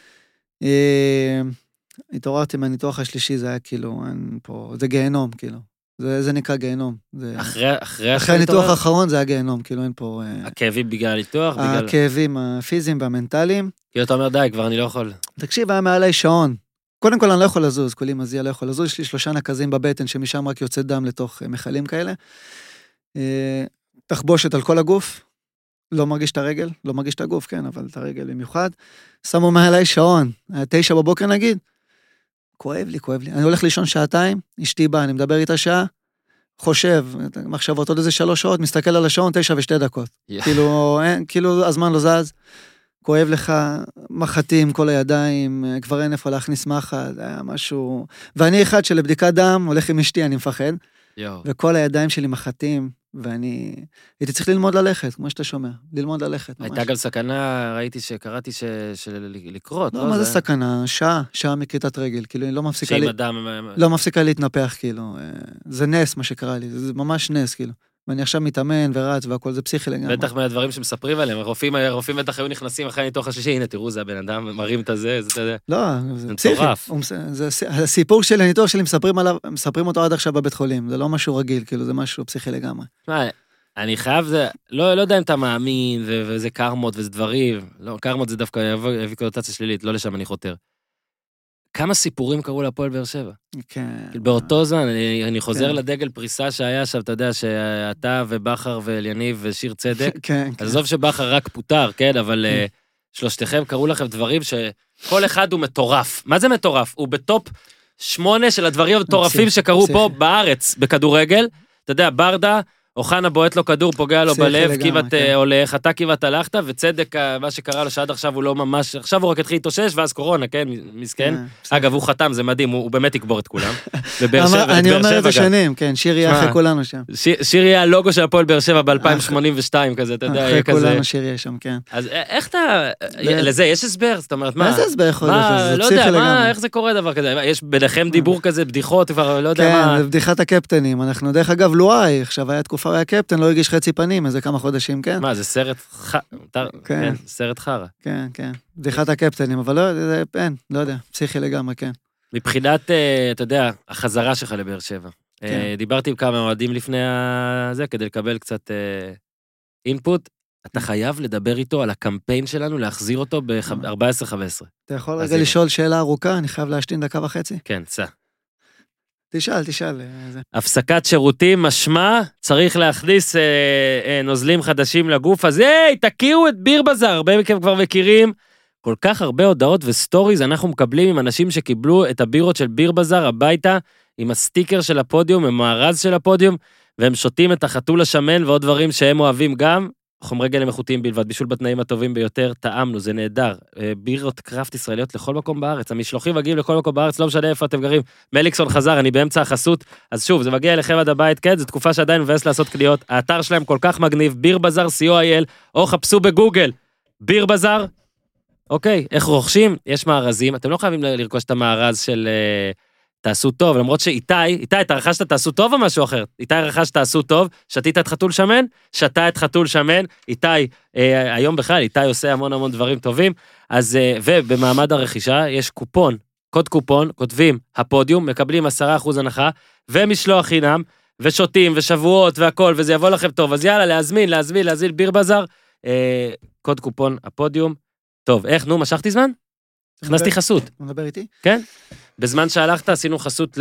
התעוררתי מהניתוח השלישי, זה היה כאילו, אין פה, זה גיהנום, כאילו. זה, זה נקרא גיהנום. זה... אחרי, אחרי, אחרי הניתוח האחרון זה היה גיהנום, כאילו אין פה... הכאבים בגלל הניתוח? בגלל... הכאבים הפיזיים והמנטליים. כאילו אתה אומר, די, כבר אני לא יכול. תקשיב, היה מעלי שעון. קודם כל אני לא יכול לזוז, כולי מזיע לא יכול לזוז, יש לי שלושה נקזים בבטן, שמשם רק יוצא דם לתוך מכלים כאלה. תחבושת על כל הגוף, לא מרגיש את הרגל, לא מרגיש את הגוף, כן, אבל את הרגל במיוחד. שמו מעלי שעון, תשע בבוקר נגיד, כואב לי, כואב לי. אני הולך לישון שעתיים, אשתי באה, אני מדבר איתה שעה, חושב, מחשבות עוד איזה שלוש שעות, מסתכל על השעון, תשע ושתי דקות. כאילו, כאילו הזמן לא זז, כואב לך, מחטים כל הידיים, כבר אין איפה להכניס מחט, היה משהו... ואני אחד שלבדיקת דם, הולך עם אשתי, אני מפחד. יואו. וכל הידיים שלי מחטים, ואני הייתי צריך ללמוד ללכת, כמו שאתה שומע, ללמוד ללכת. ממש. הייתה גם סכנה, ראיתי שקראתי ש... של לקרות, לא, לא? מה זה זה... סכנה? שעה, שעה מכריתת רגל, כאילו, היא לא מפסיקה שאם לי, אדם... לא מפסיקה להתנפח, כאילו, זה נס מה שקרה לי, זה ממש נס, כאילו. ואני עכשיו מתאמן ורץ והכל, זה פסיכי לגמרי. בטח מהדברים שמספרים עליהם, הרופאים, הרופאים בטח היו נכנסים אחרי ניתוח השלישי, הנה תראו, זה הבן אדם, מרים את הזה, זה, אתה יודע. לא, זה פסיכי. זה הסיפור שלי, הניתוח שלי, מספרים עליו, מספרים אותו עד עכשיו בבית חולים, זה לא משהו רגיל, כאילו, זה משהו פסיכי לגמרי. אני חייב, זה, לא, לא יודע אם אתה מאמין, ו- וזה קרמות וזה דברים, לא, קרמות זה דווקא יביא קונוטציה שלילית, לא לשם אני חותר. כמה סיפורים קראו להפועל באר שבע? כן. באותו זמן, אני, אני חוזר כן. לדגל פריסה שהיה שם, אתה יודע, שאתה ובחר ואליניב ושיר צדק, כן, כן. עזוב שבחר רק פוטר, כן, אבל כן. שלושתכם קראו לכם דברים שכל אחד הוא מטורף. מה זה מטורף? הוא בטופ שמונה של הדברים המטורפים שקרו פה בארץ, בכדורגל. אתה יודע, ברדה, אוחנה בועט לו כדור, פוגע לו בלב, כיוות הולך, אתה כיוות הלכת, וצדק, מה שקרה לו שעד עכשיו הוא לא ממש, עכשיו הוא רק התחיל להתאושש, ואז קורונה, כן, מסכן. אגב, הוא חתם, זה מדהים, הוא באמת יקבור את כולם. אני אומר את זה שנים, כן, שיר יהיה אחרי כולנו שם. שיר יהיה הלוגו של הפועל באר שבע ב-אלפיים שמונים ושתיים כזה, אתה יודע, אחרי כולנו שיר יהיה שם, כן. אז איך אתה, לזה יש הסבר? זאת אומרת, מה? מה זה הסבר יכול להיות? לא יודע, מה, איך זה קורה דבר כזה? יש ביניכם דיבור כזה, בדיחות, כבר לא יודע מה. כן, זה בדיחת הקפטנים. אנחנו, דרך אגב, לואי, עכשיו היה תקופה, היה קפטן, לא הגיש חצי פנים, איזה כמה חודשים, כן? מה, זה סרט ח... כן, סרט חרה. כן, כן. בדיחת הקפטנים, אבל לא, זה, אין, לא יודע, פסיכי לגמרי, כן. מבחינת, אתה יודע, החזרה שלך לבאר שבע. דיברתי עם כמה אוהדים לפני זה, כדי לקבל קצת אינפוט. אתה חייב לדבר איתו על הקמפיין שלנו, להחזיר אותו ב-ארבע עשרה חמש עשרה. אתה יכול רגע לשאול שאלה ארוכה, אני חייב להשתין דקה וחצי? כן, צא. תשאל, תשאל. הפסקת שירותים משמע, צריך להכניס אה, אה, נוזלים חדשים לגוף, אז היי, תכירו את ביר בזאר, הרבה מכם כבר מכירים, כל כך הרבה הודעות וסטוריז אנחנו מקבלים עם אנשים שקיבלו את הבירות של ביר בזאר הביתה, עם הסטיקר של הפודיום, עם המארז של הפודיום, והם שותים את החתול השמן ועוד דברים שהם אוהבים גם, חומרי גלם איכותיים בלבד, בישול בתנאים הטובים ביותר, טעמנו, זה נהדר. בירות קראפט ישראליות לכל מקום בארץ, המשלוחים מגיעים לכל מקום בארץ, לא משנה איפה אתם גרים. מליקסון חזר, אני באמצע החסות, אז שוב, זה מגיע אליכם עד הבית, כן, זו תקופה שעדיין מבאס לעשות קניות, האתר שלהם כל כך מגניב, ביר בזאר, סי או איי אל, או חפשו בגוגל, ביר בזאר, אוקיי, איך רוכשים? יש מארזים, אתם לא חייבים לרכוש את המארז של תעשו טוב, למרות שאיתי, איתי, אתה רכשת תעשו טוב או משהו אחר? איתי רכש תעשו טוב, שתית את חתול שמן, שתה את חתול שמן, איתי, אה, היום בכלל, איתי עושה המון המון דברים טובים, אז, אה, ובמעמד הרכישה יש קופון, קוד קופון, כותבים הפודיום, מקבלים עשרה אחוז הנחה, ומשלוח חינם, ושותים, ושבועות, והכל, וזה יבוא לכם טוב, אז יאללה, להזמין, להזמין, להזמין ביר בזאר, אה, קוד קופון הפודיום, טוב, איך, נו, משכתי זמן? הכנסתי חסות. הוא מדבר איתי? כן. בזמן שהלכת, עשינו חסות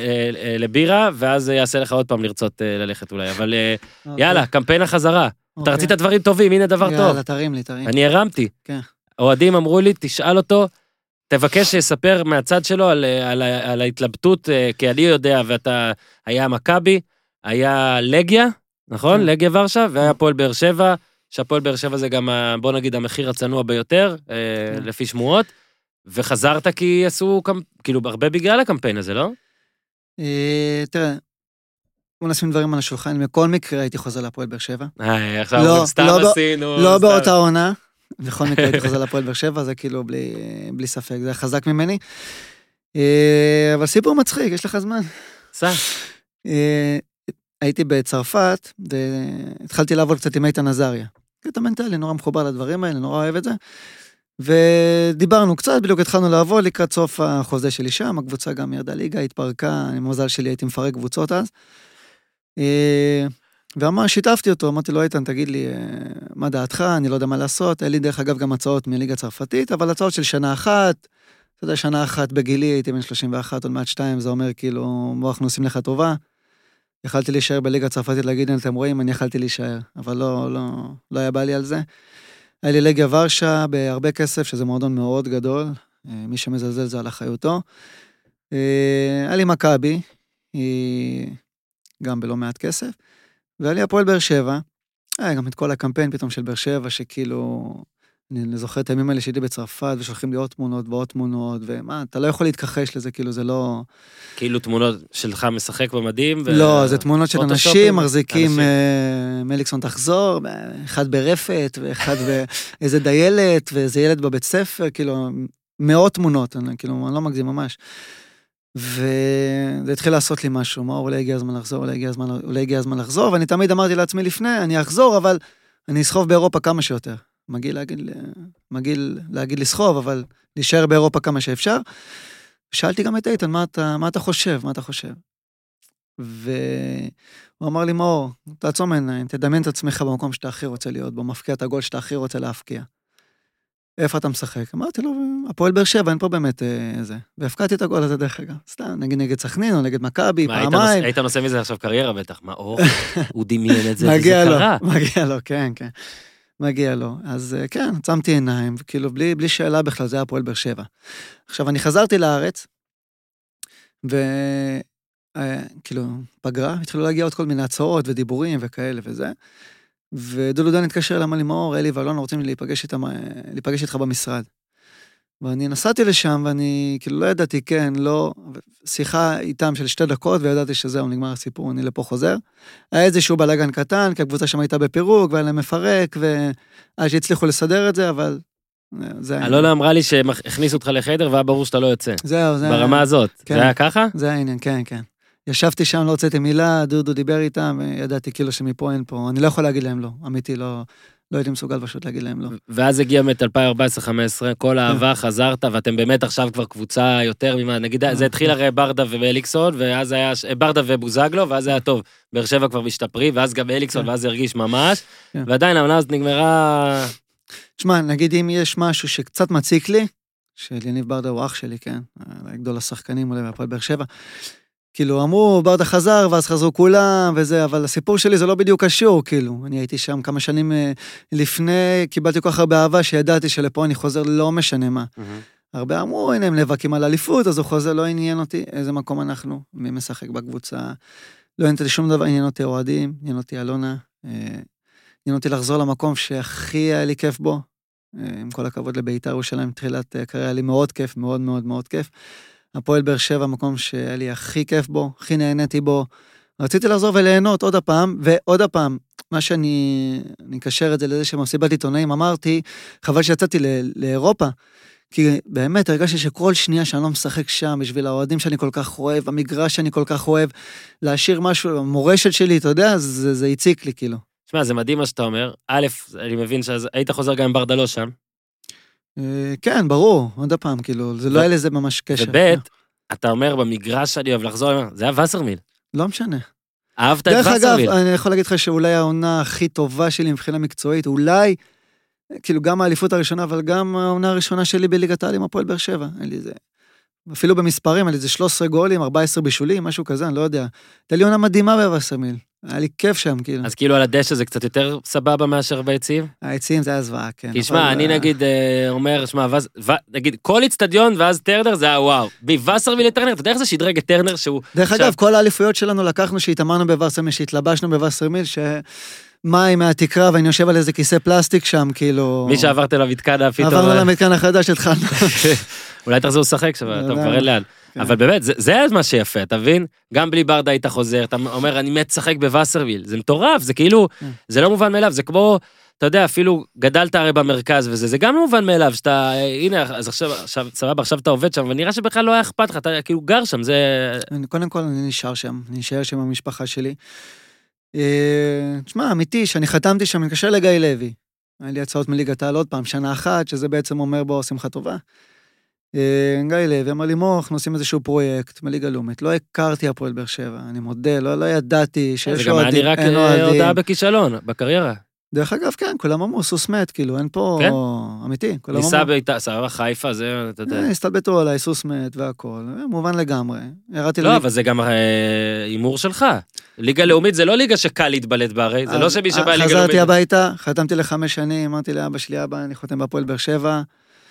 לבירה, ואז יעשה לך עוד פעם לרצות ללכת אולי, אבל יאללה, קמפיין החזרה. אתה רצית דברים טובים, הנה דבר טוב. יאללה, תרים לי, תרים. אני הרמתי. אוהדים אמרו לי, תשאל אותו, תבקש שיספר מהצד שלו על ההתלבטות, כי אני יודע, ואתה, היה מכבי, היה לגיה, נכון? לגיה ורשה, והיה פועל באר שבע, שהפועל באר שבע זה גם, בוא נגיד, המחיר הצנוע ביותר, לפי שמועות. וחזרת כי עשו, כאילו, הרבה בגלל הקמפיין הזה, לא? תראה, בוא נשים דברים על השולחן, מכל מקרה הייתי חוזר להפועל באר שבע. עכשיו סתם עשינו. לא באותה עונה, בכל מקרה הייתי חוזר להפועל באר שבע, זה כאילו בלי ספק, זה חזק ממני. אבל סיפור מצחיק, יש לך זמן. סע. הייתי בצרפת, והתחלתי לעבוד קצת עם איתן עזריה. קטע מנטלי, נורא מחובר לדברים האלה, נורא אוהב את זה. ודיברנו קצת, בדיוק התחלנו לעבוד לקראת סוף החוזה שלי שם, הקבוצה גם ירדה ליגה, התפרקה, אני מזל שלי הייתי מפרק קבוצות אז. ואמר, שיתפתי אותו, אמרתי לו, איתן, תגיד לי, מה דעתך, אני לא יודע מה לעשות, היה לי דרך אגב גם הצעות מליגה צרפתית, אבל הצעות של שנה אחת, אתה יודע, שנה אחת בגילי, הייתי בן שלושים ואחת, עוד מעט שתיים, זה אומר כאילו, בוא אנחנו עושים לך טובה. יכלתי להישאר בליגה צרפתית, להגיד, אתם רואים, אני יכלתי להישאר, אבל לא, לא, לא היה בא לי על זה. היה לי לגיה ורשה בהרבה כסף, שזה מועדון מאוד גדול, מי שמזלזל זה על אחריותו. היה לי מכבי, גם בלא מעט כסף, והיה לי הפועל באר שבע, היה גם את כל הקמפיין פתאום של באר שבע, שכאילו, אני זוכר את הימים האלה שהייתי בצרפת, ושולחים לי עוד תמונות ועוד תמונות, ומה, אתה לא יכול להתכחש לזה, כאילו זה לא... כאילו תמונות שלך משחק במדים? ו... לא, זה תמונות של אנשים מחזיקים, אנשים. מליקסון תחזור, אחד ברפת, ואחד באיזה דיילת, ואיזה ילד בבית ספר, כאילו, מאות תמונות, אני, כאילו, אני לא מגזים ממש. וזה התחיל לעשות לי משהו, מה, אולי הגיע הזמן לחזור, אולי הגיע הזמן, אולי הגיע הזמן לחזור, ואני תמיד אמרתי לעצמי לפני, אני אחזור, אבל אני אסחוב באירופה כמה שיותר. מגיל להגיד, מגיל להגיד לסחוב, אבל להישאר באירופה כמה שאפשר. שאלתי גם את איתן, מה אתה, מה אתה חושב, מה אתה חושב? והוא אמר לי, מאור, תעצום עיניים, תדמיין את עצמך במקום שאתה הכי רוצה להיות, בו מפקיע את הגול שאתה הכי רוצה להפקיע. איפה אתה משחק? אמרתי לו, הפועל באר שבע, אין פה באמת זה. והפקעתי את הגול הזה דרך אגב. סתם, נגיד נגד סכנין, או נגד מכבי, פעמיים. היית נושא מזה עכשיו קריירה בטח, מאור, הוא דמיין את זה, וזה קרה. מגיע לו, כן, כן. מגיע לו. אז כן, עצמתי עיניים, וכאילו בלי, בלי שאלה בכלל, זה היה הפועל באר שבע. עכשיו, אני חזרתי לארץ, וכאילו, פגרה, התחילו להגיע עוד כל מיני הצעות ודיבורים וכאלה וזה, ודודו דן התקשר למה לי, מאור, אלי ואלון רוצים להיפגש, איתם, להיפגש איתך במשרד. ואני נסעתי לשם, ואני כאילו לא ידעתי, כן, לא, שיחה איתם של שתי דקות, וידעתי שזהו, נגמר הסיפור, אני לפה חוזר. היה איזשהו בלגן קטן, כי הקבוצה שם הייתה בפירוק, והיה להם מפרק, ועד שהצליחו לסדר את זה, אבל זה... אלונה אמרה לי שהכניסו אותך לחדר, והיה ברור שאתה לא יוצא. זהו, זה... ברמה הזאת. זה היה ככה? זה העניין, כן, כן. ישבתי שם, לא הוצאתי מילה, דודו דיבר איתם, וידעתי כאילו שמפה אין פה, אני לא יכול להגיד להם לא, אמיתי, לא, לא הייתי מסוגל פשוט להגיד להם לא. ואז הגיע מת אלפיים וארבע עשרה חמש עשרה, כל האהבה, חזרת, ואתם באמת עכשיו כבר קבוצה יותר ממה, נגיד, זה התחיל הרי ברדה ומליקסון, ואז היה, ברדה ובוזגלו, ואז היה טוב, באר שבע כבר משתפרי, ואז גם אליקסון, ואז הרגיש ממש, ועדיין העונה הזאת נגמרה... תשמע, נגיד אם יש משהו שקצת מציק לי, שליניב ברדה הוא אח שלי, כן, גדול השחקנים אולי מהפועל באר שבע, כאילו, אמרו, ברדה חזר, ואז חזרו כולם, וזה, אבל הסיפור שלי זה לא בדיוק קשור, כאילו, אני הייתי שם כמה שנים לפני, קיבלתי כל כך הרבה אהבה, שידעתי שלפה אני חוזר, לא משנה מה. הרבה אמרו, הנה, הם נאבקים על אליפות, אז הוא חוזר, לא עניין אותי, איזה מקום אנחנו, מי משחק בקבוצה, לא עניין אותי שום דבר, עניין אותי אוהדים, עניין אותי אלונה, עניין אותי לחזור למקום שהכי היה לי כיף בו, עם כל הכבוד לבית"ר ירושלים, תחילת קריירה, היה לי מאוד כיף, מאוד מאוד מאוד כיף. הפועל באר שבע, המקום שהיה לי הכי כיף בו, הכי נהניתי בו. רציתי לחזור וליהנות עוד הפעם, ועוד הפעם, מה שאני, אני אקשר את זה לזה שמסיבת עיתונאים, אמרתי, חבל שיצאתי לאירופה, כי באמת הרגשתי שכל שנייה שאני לא משחק שם, בשביל האוהדים שאני כל כך אוהב, המגרש שאני כל כך אוהב, להשאיר משהו, המורשת שלי, אתה יודע, זה, זה הציק לי כאילו. תשמע, זה מדהים מה שאתה אומר. א', אני מבין שהיית חוזר גם עם ברדה לא שם. כן, ברור, עוד הפעם, כאילו, זה לא היה לזה ממש קשר. וב' אתה אומר, במגרש שאני אוהב לחזור, זה היה וסרמיל. לא משנה. אהבת את וסרמיל. דרך אגב, אני יכול להגיד לך שאולי העונה הכי טובה שלי מבחינה מקצועית, אולי, כאילו, גם האליפות הראשונה, אבל גם העונה הראשונה שלי בליגת העל עם הפועל באר שבע. אין לי זה. אפילו במספרים, היה לי זה שלושה עשר גולים, ארבעה עשר בישולים, משהו כזה, אני לא יודע. הייתה לי עונה מדהימה בווסרמיל. היה לי כיף שם, כאילו. אז כאילו על הדשא זה קצת יותר סבבה מאשר ביציעים? היציעים זה היה זוועה, כן. כי שמע, אני נגיד אומר, שמע, נגיד, כל אצטדיון ואז טרנר זה היה וואו. בווסרמיל לטרנר, אתה יודע איך זה שדרג את טרנר שהוא... דרך אגב, כל האליפויות שלנו לקחנו שהתאמרנו בווסרמיל, שהתלבשנו בווסרמיל, שמים מהתקרה, ואני יושב על איזה כיסא פלסטיק שם, כאילו... מי שעברת למתקן הפתאום... עברנו למתקן החדש, התחלנו. אולי תחזור לשחק שם, אתה כבר אין לאן. אבל באמת, זה מה שיפה, אתה מבין? גם בלי ברדה היית חוזר, אתה אומר, אני מת שחק בווסרוויל, זה מטורף, זה כאילו, זה לא מובן מאליו, זה כמו, אתה יודע, אפילו גדלת הרי במרכז וזה, זה גם לא מובן מאליו, שאתה, הנה, אז עכשיו, סבבה, עכשיו אתה עובד שם, ונראה שבכלל לא היה אכפת לך, אתה כאילו גר שם, זה... קודם כל, אני נשאר שם, אני נשאר שם במשפחה שלי. תשמע, אמיתי, שאני חתמתי שם, אני מתקשר לגיא לוי, היה לי הצעות מליגת העל עוד פעם, שנה אחת, שזה בעצם אומר בו, שמחה טובה. גיא לוי, אמר לי, מוח, אנחנו עושים איזשהו פרויקט מליגה לאומית, לא הכרתי הפועל באר שבע, אני מודה, לא, לא ידעתי שיש אוהדים, אין אוהדים. זה גם היה נראה כהודעה בכישלון, בקריירה. דרך אגב, כן, כולם אמרו, סוס מת, כאילו, אין פה, כן? אמיתי, כולם אמרו. ניסה ביתה, סבבה, חיפה, זה, אתה יודע. הסתלבטו עליי, סוס מת והכל, מובן לגמרי. לא, אבל זה גם הימור שלך. ליגה לאומית זה לא ליגה שקל להתבלט בהרי, זה לא שמי שבא ליגה לאומית. חזרתי הביתה, חתמתי לחמש שנים, אמרתי לאבא שלי, אבא, אני חותם בהפועל באר שבע.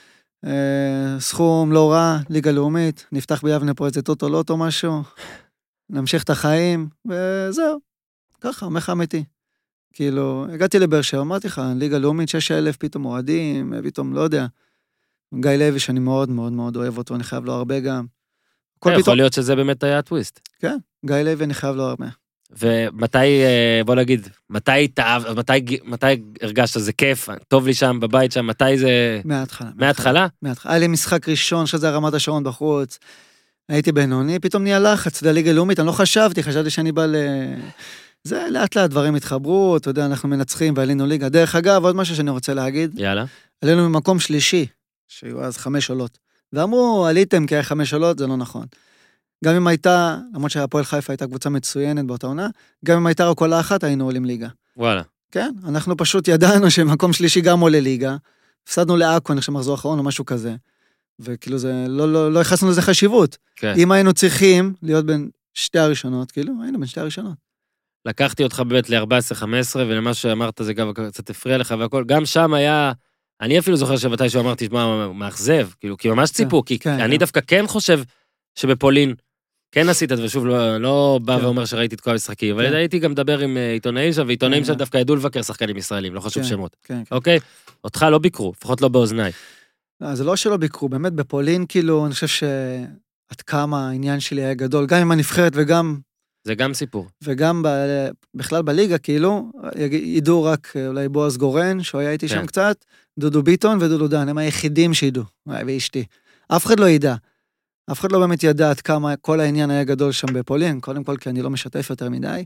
סכום לא רע, ליגה לאומית, נפתח ביבנה פה איזה טוטו לוטו משהו, נמשיך את החיים, וזהו. ככה, אומר לך אמיתי. כאילו, הגעתי לבאר שבע, אמרתי לך, ליגה לאומית, שש אלף פתאום אוהדים, פתאום, לא יודע. גיא לוי, שאני מאוד מאוד מאוד אוהב אותו, אני חייב לו הרבה גם. יכול להיות שזה באמת היה הטוויסט. כן, גיא לוי, אני חייב לו הרבה. ומתי, בוא נגיד, מתי תאהב, מתי, מתי הרגשת שזה כיף, טוב לי שם, בבית שם, מתי זה... מההתחלה. מההתחלה? מההתחלה. היה לי משחק ראשון, שזה רמת השרון בחוץ, הייתי בינוני, פתאום נהיה לחץ, זה ליגה לאומית, אני לא חשבתי, חשבתי שאני בא ל... זה לאט לאט דברים התחברו, אתה יודע, אנחנו מנצחים ועלינו ליגה. דרך אגב, עוד משהו שאני רוצה להגיד. יאללה. עלינו ממקום שלישי, שהיו אז חמש עולות. ואמרו, עליתם כי היה חמש עולות, זה לא נכון. גם אם הייתה, למרות שהפועל חיפה הייתה קבוצה מצוינת באותה עונה, גם אם הייתה רק עולה אחת, היינו עולים ליגה. וואלה. כן, אנחנו פשוט ידענו שמקום שלישי גם עולה ליגה, הפסדנו לעכו, אני חושב מחזור אחרון או משהו כזה, וכאילו זה, לא, לא, לא הכנסנו לזה חשיבות. כן. אם היינו צריכים להיות בין שתי הראשונות, כאילו, היינו בין שתי הראשונות. לקחתי אותך באמת ל-ארבע עשרה חמש עשרה, ולמה שאמרת זה גם קצת הפריע לך והכל, גם שם היה, אני אפילו זוכר שבתישהו אמרתי, מה, מאכזב, כאילו, כי ממש ציפו, כי אני דווקא כן חושב שבפולין, כן עשית את זה, ושוב, לא בא ואומר שראיתי את כל המשחקים, אבל הייתי גם מדבר עם עיתונאים שם, ועיתונאים שם דווקא ידעו לבקר שחקנים ישראלים, לא חשוב שמות. אוקיי? אותך לא ביקרו, לפחות לא באוזניי. זה לא שלא ביקרו, באמת בפולין, כאילו, אני חושב שעד כמה העניין שלי היה גדול, גם עם הנבחרת וגם... זה גם סיפור. וגם בכלל בליגה, כאילו, ידעו רק אולי בועז גורן, שהוא היה איתי שם קצת, דודו ביטון ודודו דן, הם היחידים שידעו, ואשתי. אף אחד לא ידע. אף אחד לא באמת ידע עד כמה כל העניין היה גדול שם בפולין, קודם כל כי אני לא משתף יותר מדי.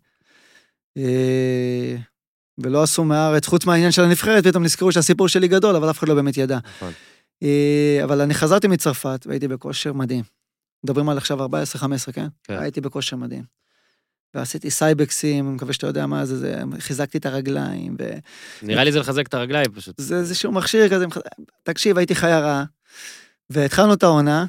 ולא עשו מהארץ, חוץ מהעניין של הנבחרת, פתאום נזכרו שהסיפור שלי גדול, אבל אף אחד לא באמת ידע. אבל אני חזרתי מצרפת, והייתי בכושר מדהים. מדברים על עכשיו ארבע עשרה חמש עשרה, כן? הייתי בכושר מדהים. ועשיתי סייבקסים, אני מקווה שאתה יודע מה זה, זה חיזקתי את הרגליים. ו... נראה לי זה לחזק את הרגליים פשוט. זה איזשהו מכשיר כזה, תקשיב, הייתי חיה רעה, והתחלנו את העונה,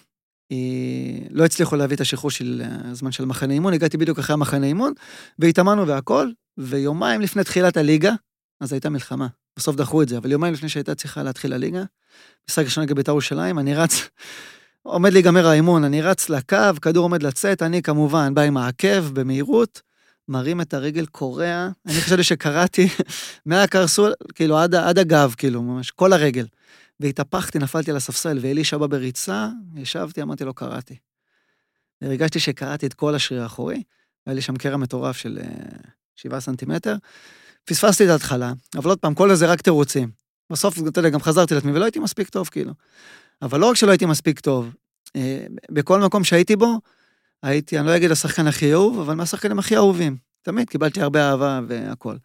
לא הצליחו להביא את השחרור של הזמן של מחנה אימון, הגעתי בדיוק אחרי המחנה אימון, והתאמנו והכל, ויומיים לפני תחילת הליגה, אז הייתה מלחמה, בסוף דחו את זה, אבל יומיים לפני שהייתה צריכה להתחיל הליגה, משחק ראשון נגד בית"ר ירושלים, אני רץ, עומד להיגמר האימון, אני רץ לקו, כדור עומד לצאת, אני כמובן בא עם העקב במהירות, מרים את הרגל קורע, אני חשבתי שקראתי מהקרסול, כאילו עד, עד הגב, כאילו ממש, כל הרגל. והתהפכתי, נפלתי על הספסל, ואלישע בא בריצה, ישבתי, אמרתי לו, קראתי. הרגשתי שקראתי את כל השריר האחורי, והיה לי שם קרע מטורף של שבעה סנטימטר. פספסתי את ההתחלה, אבל עוד פעם, כל זה רק תירוצים. בסוף, אתה יודע, גם חזרתי לעצמי, ולא הייתי מספיק טוב, כאילו. אבל לא רק שלא הייתי מספיק טוב, בכל מקום שהייתי בו, הייתי, אני לא אגיד השחקן הכי אהוב, אבל מהשחקנים הכי אהובים. תמיד קיבלתי הרבה אהבה והכל.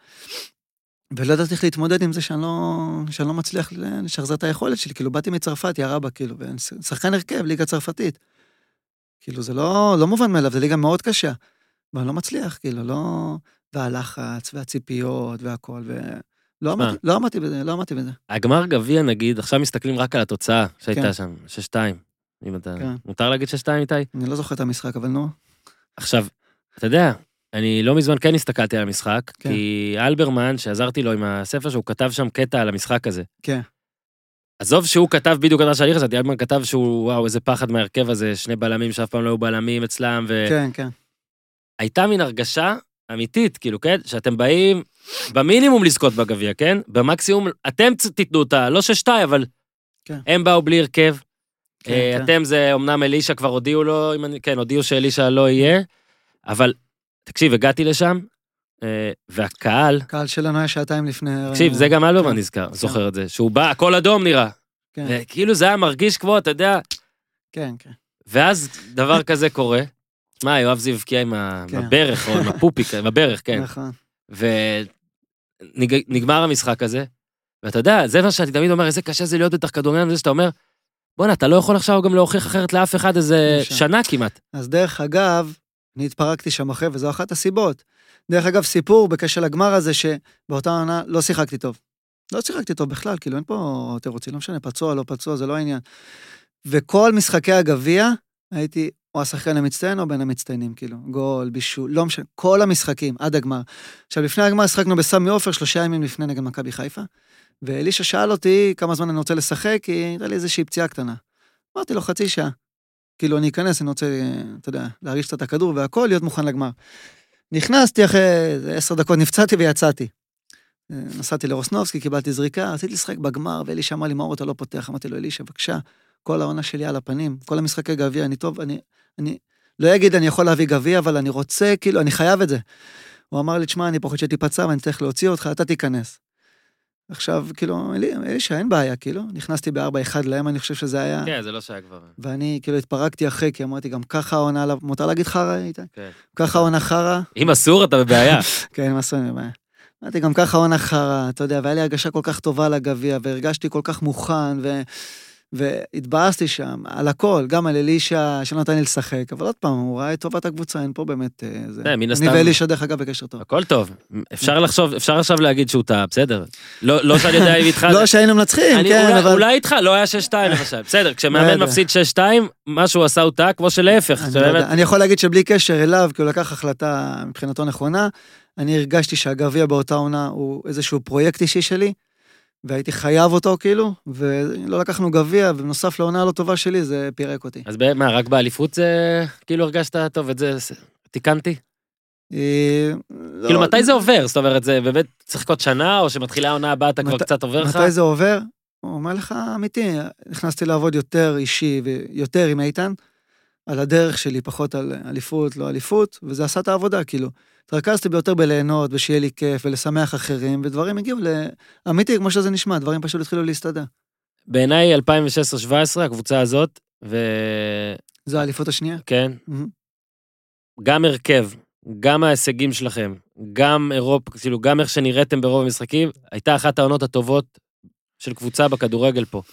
ולא ידעתי איך להתמודד עם זה שאני לא, שאני לא מצליח לשחזר את היכולת שלי, כאילו באתי מצרפת, יא רבא, כאילו, ושחקן הרכב, ליגה צרפתית. כאילו זה לא, לא מובן מאליו, זה ליגה מאוד קשה, אבל לא מצליח, כאילו, לא, והלחץ, והציפיות, והכל, ולא עמדתי, לא עמדתי בזה, לא עמדתי בזה. הגמר גביע, נגיד, עכשיו מסתכלים רק על התוצאה שהייתה שם, שש שתיים. אם אתה, מותר להגיד שש שתיים, איתי? אני לא זוכר את המשחק, אבל נו. עכשיו, אתה יודע, אני לא מזמן כן הסתכלתי על המשחק, כן. כי אלברמן, שעזרתי לו עם הספר, שהוא כתב שם קטע על המשחק הזה. כן. עזוב שהוא כתב בדיוק על שאני חשבתי, אלברמן כתב שהוא, וואו, איזה פחד מהרכב הזה, שני בלמים שאף פעם לא היו בלמים אצלם, ו... כן, כן. הייתה מין הרגשה אמיתית, כאילו, כן, שאתם באים במינימום לזכות בגביע, כן? במקסימום, אתם תיתנו אותה, לא ששתיים, אבל כן. הם באו בלי הרכב. כן, אתם כן. זה, אמנם אלישע כבר הודיעו לו, כן, הודיעו שאלישע לא יהיה, אבל תקשיב, הגעתי לשם, והקהל... הקהל שלנו היה שעתיים לפני... תקשיב, זה גם אלברמן נזכר, זוכר את זה, שהוא בא, הכל אדום נראה. כאילו זה היה מרגיש כמו, אתה יודע... כן, כן. ואז דבר כזה קורה, מה, יואב זיו הבקיע עם הברך, או עם הפופיק, עם הברך, כן. נכון. ונגמר המשחק הזה, ואתה יודע, זה מה שאני תמיד אומר, איזה קשה זה להיות בטח כדורגלן, זה שאתה אומר, בוא'נה, אתה לא יכול עכשיו גם להוכיח אחרת לאף אחד איזה שנה כמעט. אז דרך אגב, אני התפרקתי שם אחרי, וזו אחת הסיבות. דרך אגב, סיפור בקשר לגמר הזה, שבאותה עונה לא שיחקתי טוב. לא שיחקתי טוב בכלל, כאילו אין פה תירוצים, לא משנה, פצוע, לא פצוע, זה לא העניין. וכל משחקי הגביע, הייתי או השחקן המצטיין או בין המצטיינים, כאילו, גול, בישול, לא משנה, כל המשחקים, עד הגמר. עכשיו, לפני הגמר, שחקנו בסמי עופר, שלושה ימים לפני נגד מכבי חיפה, ואלישע שאל אותי כמה זמן אני רוצה לשחק, כי הייתה לי איזושהי פציעה קטנה. אמרתי לו, חצי שעה. כאילו, אני אכנס, אני רוצה, אתה יודע, להריש קצת את הכדור והכל, להיות מוכן לגמר. נכנסתי אחרי עשר דקות, נפצעתי ויצאתי. נסעתי לרוסנובסקי, קיבלתי זריקה, רציתי לשחק בגמר, ואלישה אמר לי, מאור, אתה לא פותח, אמרתי לו, אלישה, בבקשה, כל העונה שלי על הפנים, כל המשחקי גביע, אני טוב, אני, אני לא אגיד, אני יכול להביא גביע, אבל אני רוצה, כאילו, אני חייב את זה. הוא אמר לי, תשמע, אני פחות שתיפצע, ואני צריך להוציא אותך, אתה תיכנס. עכשיו, כאילו, אלישה, אין בעיה, כאילו, נכנסתי בארבע אחד להם, אני חושב שזה היה... כן, זה לא שהיה כבר. ואני, כאילו, התפרקתי אחרי, כי אמרתי, גם ככה העונה, מותר להגיד חרה, איתי? כן. ככה העונה חרה. אם אסור, אתה בבעיה. כן, אסור, אני בבעיה. אמרתי, גם ככה העונה חרה, אתה יודע, והיה לי הרגשה כל כך טובה על הגביע, והרגשתי כל כך מוכן, ו... והתבאסתי שם, על הכל, גם על אלישה, שלא נתן לי לשחק, אבל עוד פעם, הוא ראה את טובת הקבוצה, אין פה באמת... אני ואלישה דרך אגב בקשר טוב. הכל טוב. אפשר לחשוב, אפשר עכשיו להגיד שהוא טעה, בסדר. לא שאני יודע אם איתך... לא שהיינו מנצחים, כן, אבל... אולי איתך, לא היה שש שתיים, למשל. בסדר, כשמאמן מפסיד שש שתיים, מה שהוא עשה הוא טעה, כמו שלהפך. אני יכול להגיד שבלי קשר אליו, כי הוא לקח החלטה מבחינתו נכונה, אני הרגשתי שהגביע באותה עונה הוא איזשהו פרויקט אישי שלי, והייתי חייב אותו כאילו, ולא לקחנו גביע, ובנוסף לעונה לא טובה שלי, זה פירק אותי. אז מה, רק באליפות זה כאילו הרגשת טוב, את זה תיקנתי? כאילו מתי זה עובר? זאת אומרת, זה באמת צריך עוד שנה, או שמתחילה העונה הבאה אתה כבר קצת עובר לך? מתי זה עובר? הוא אומר לך אמיתי, נכנסתי לעבוד יותר אישי, ויותר עם איתן, על הדרך שלי, פחות על אליפות, לא אליפות, וזה עשה את העבודה, כאילו. התרכזתי ביותר בליהנות, ושיהיה לי כיף, ולשמח אחרים, ודברים הגיעו לאמיתי, כמו שזה נשמע, דברים פשוט התחילו להסתדר. בעיניי אלפיים ושש עשרה שבע עשרה, הקבוצה הזאת, ו... זו האליפות השנייה? כן. גם הרכב, גם ההישגים שלכם, גם אירופה, כאילו, גם איך שנראיתם ברוב המשחקים, הייתה אחת העונות הטובות של קבוצה בכדורגל פה.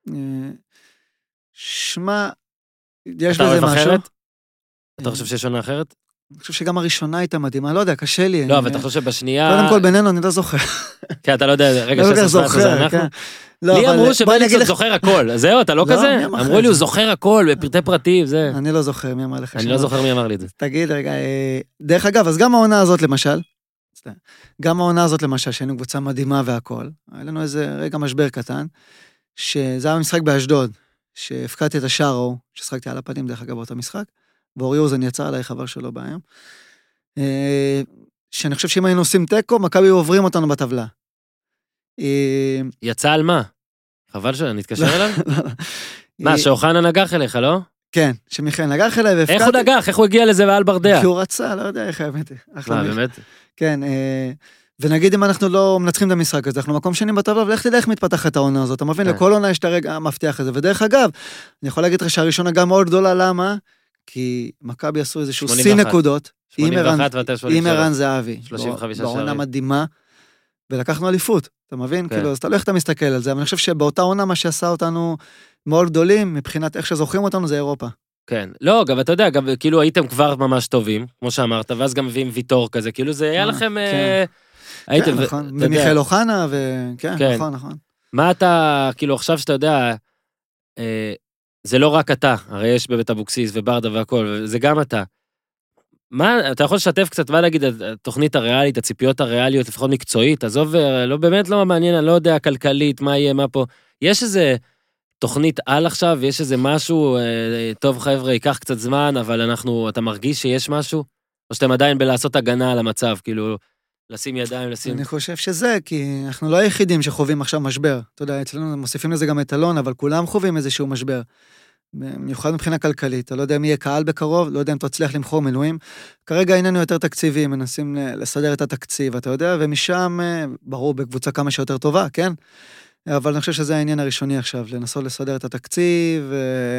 שמה, יש בזה משהו. אתה חושב שיש עונה אחרת? אני חושב שגם הראשונה הייתה מדהימה, לא יודע, קשה לי. לא, אבל אתה חושב שבשנייה... קודם כל בינינו, אני לא זוכר. כן, אתה לא יודע, רגע שספסת זה אנחנו. לי אמרו שבליקסון זוכר הכל, זהו, אתה לא כזה? אמרו לי, הוא זוכר הכל, בפרטי פרטים, זה... אני לא זוכר, מי אמר לך? אני לא זוכר מי אמר לי את זה. תגיד, רגע, דרך אגב, אז גם העונה הזאת למשל, גם העונה הזאת למשל, שהיינו קבוצה מדהימה והכל, היה לנו איזה רגע משבר קטן, שזה היה משחק באשדוד, שהפקדתי את השארו, ששחקתי על הפנים דרך אגב באותו משחק, ואורי אוזן יצא עליי חבר שלו ביום, שאני חושב שאם היינו עושים טקו, מכבי עוברים אותנו בטבלה. יצא על מה? חבל שאני אתקשר אליו? מה, שאוחנה נגח אליך, לא? כן, שמיכאל נגח אליי והפקדתי... איך הוא נגח? איך הוא הגיע לזה ועל ברדע? כי הוא רצה, לא יודע איך האמת. מה, באמת? כן, ונגיד אם אנחנו לא מנצחים את המשחק הזה, אנחנו מקום שני בטבלה, ולך תדע איך מתפתחת העונה הזאת, אתה מבין? לכל עונה יש את הרגע המבטיח הזה, ודרך אגב, אני יכול להגיד לך שהראשונה גם מאוד גדולה, למה? כי מכבי עשו איזשהו סי נקודות, עם ערן זהבי, בעונה מדהימה, ולקחנו אליפות, אתה מבין? כאילו, אז אתה לא איך אתה מסתכל על זה, אבל אני חושב שבאותה עונה מה שעשה אותנו מאוד גדולים, מבחינת איך שזוכרים אותנו זה אירופה. כן, לא, גם אתה יודע, גם כאילו הייתם כבר ממש טובים, כמו שאמרת, ואז גם מביאים ויטור כזה, כאילו זה היה לכם... כן, נכון, ומיכאל אוחנה, וכן, נכון, נכון. מה אתה, כאילו עכשיו שאתה יודע, זה לא רק אתה, הרי יש בבית אבוקסיס וברדה והכל, זה גם אתה. מה, אתה יכול לשתף קצת, מה להגיד, התוכנית הריאלית, הציפיות הריאליות, לפחות מקצועית, עזוב, לא באמת לא מעניין, אני לא יודע, כלכלית, מה יהיה, מה פה. יש איזה תוכנית על עכשיו, יש איזה משהו, טוב חבר'ה, ייקח קצת זמן, אבל אנחנו, אתה מרגיש שיש משהו? או שאתם עדיין בלעשות הגנה על המצב, כאילו, לשים ידיים, לשים... אני חושב שזה, כי אנחנו לא היחידים שחווים עכשיו משבר. אתה יודע, אצלנו מוסיפים לזה גם את אלון, אבל כולם חווים איזשהו משבר. במיוחד מבחינה כלכלית, אתה לא יודע מי יהיה קהל בקרוב, לא יודע אם תצליח למכור מנויים. כרגע איננו יותר תקציבים, מנסים לסדר את התקציב, אתה יודע, ומשם, ברור, בקבוצה כמה שיותר טובה, כן? אבל אני חושב שזה העניין הראשוני עכשיו, לנסות לסדר את התקציב,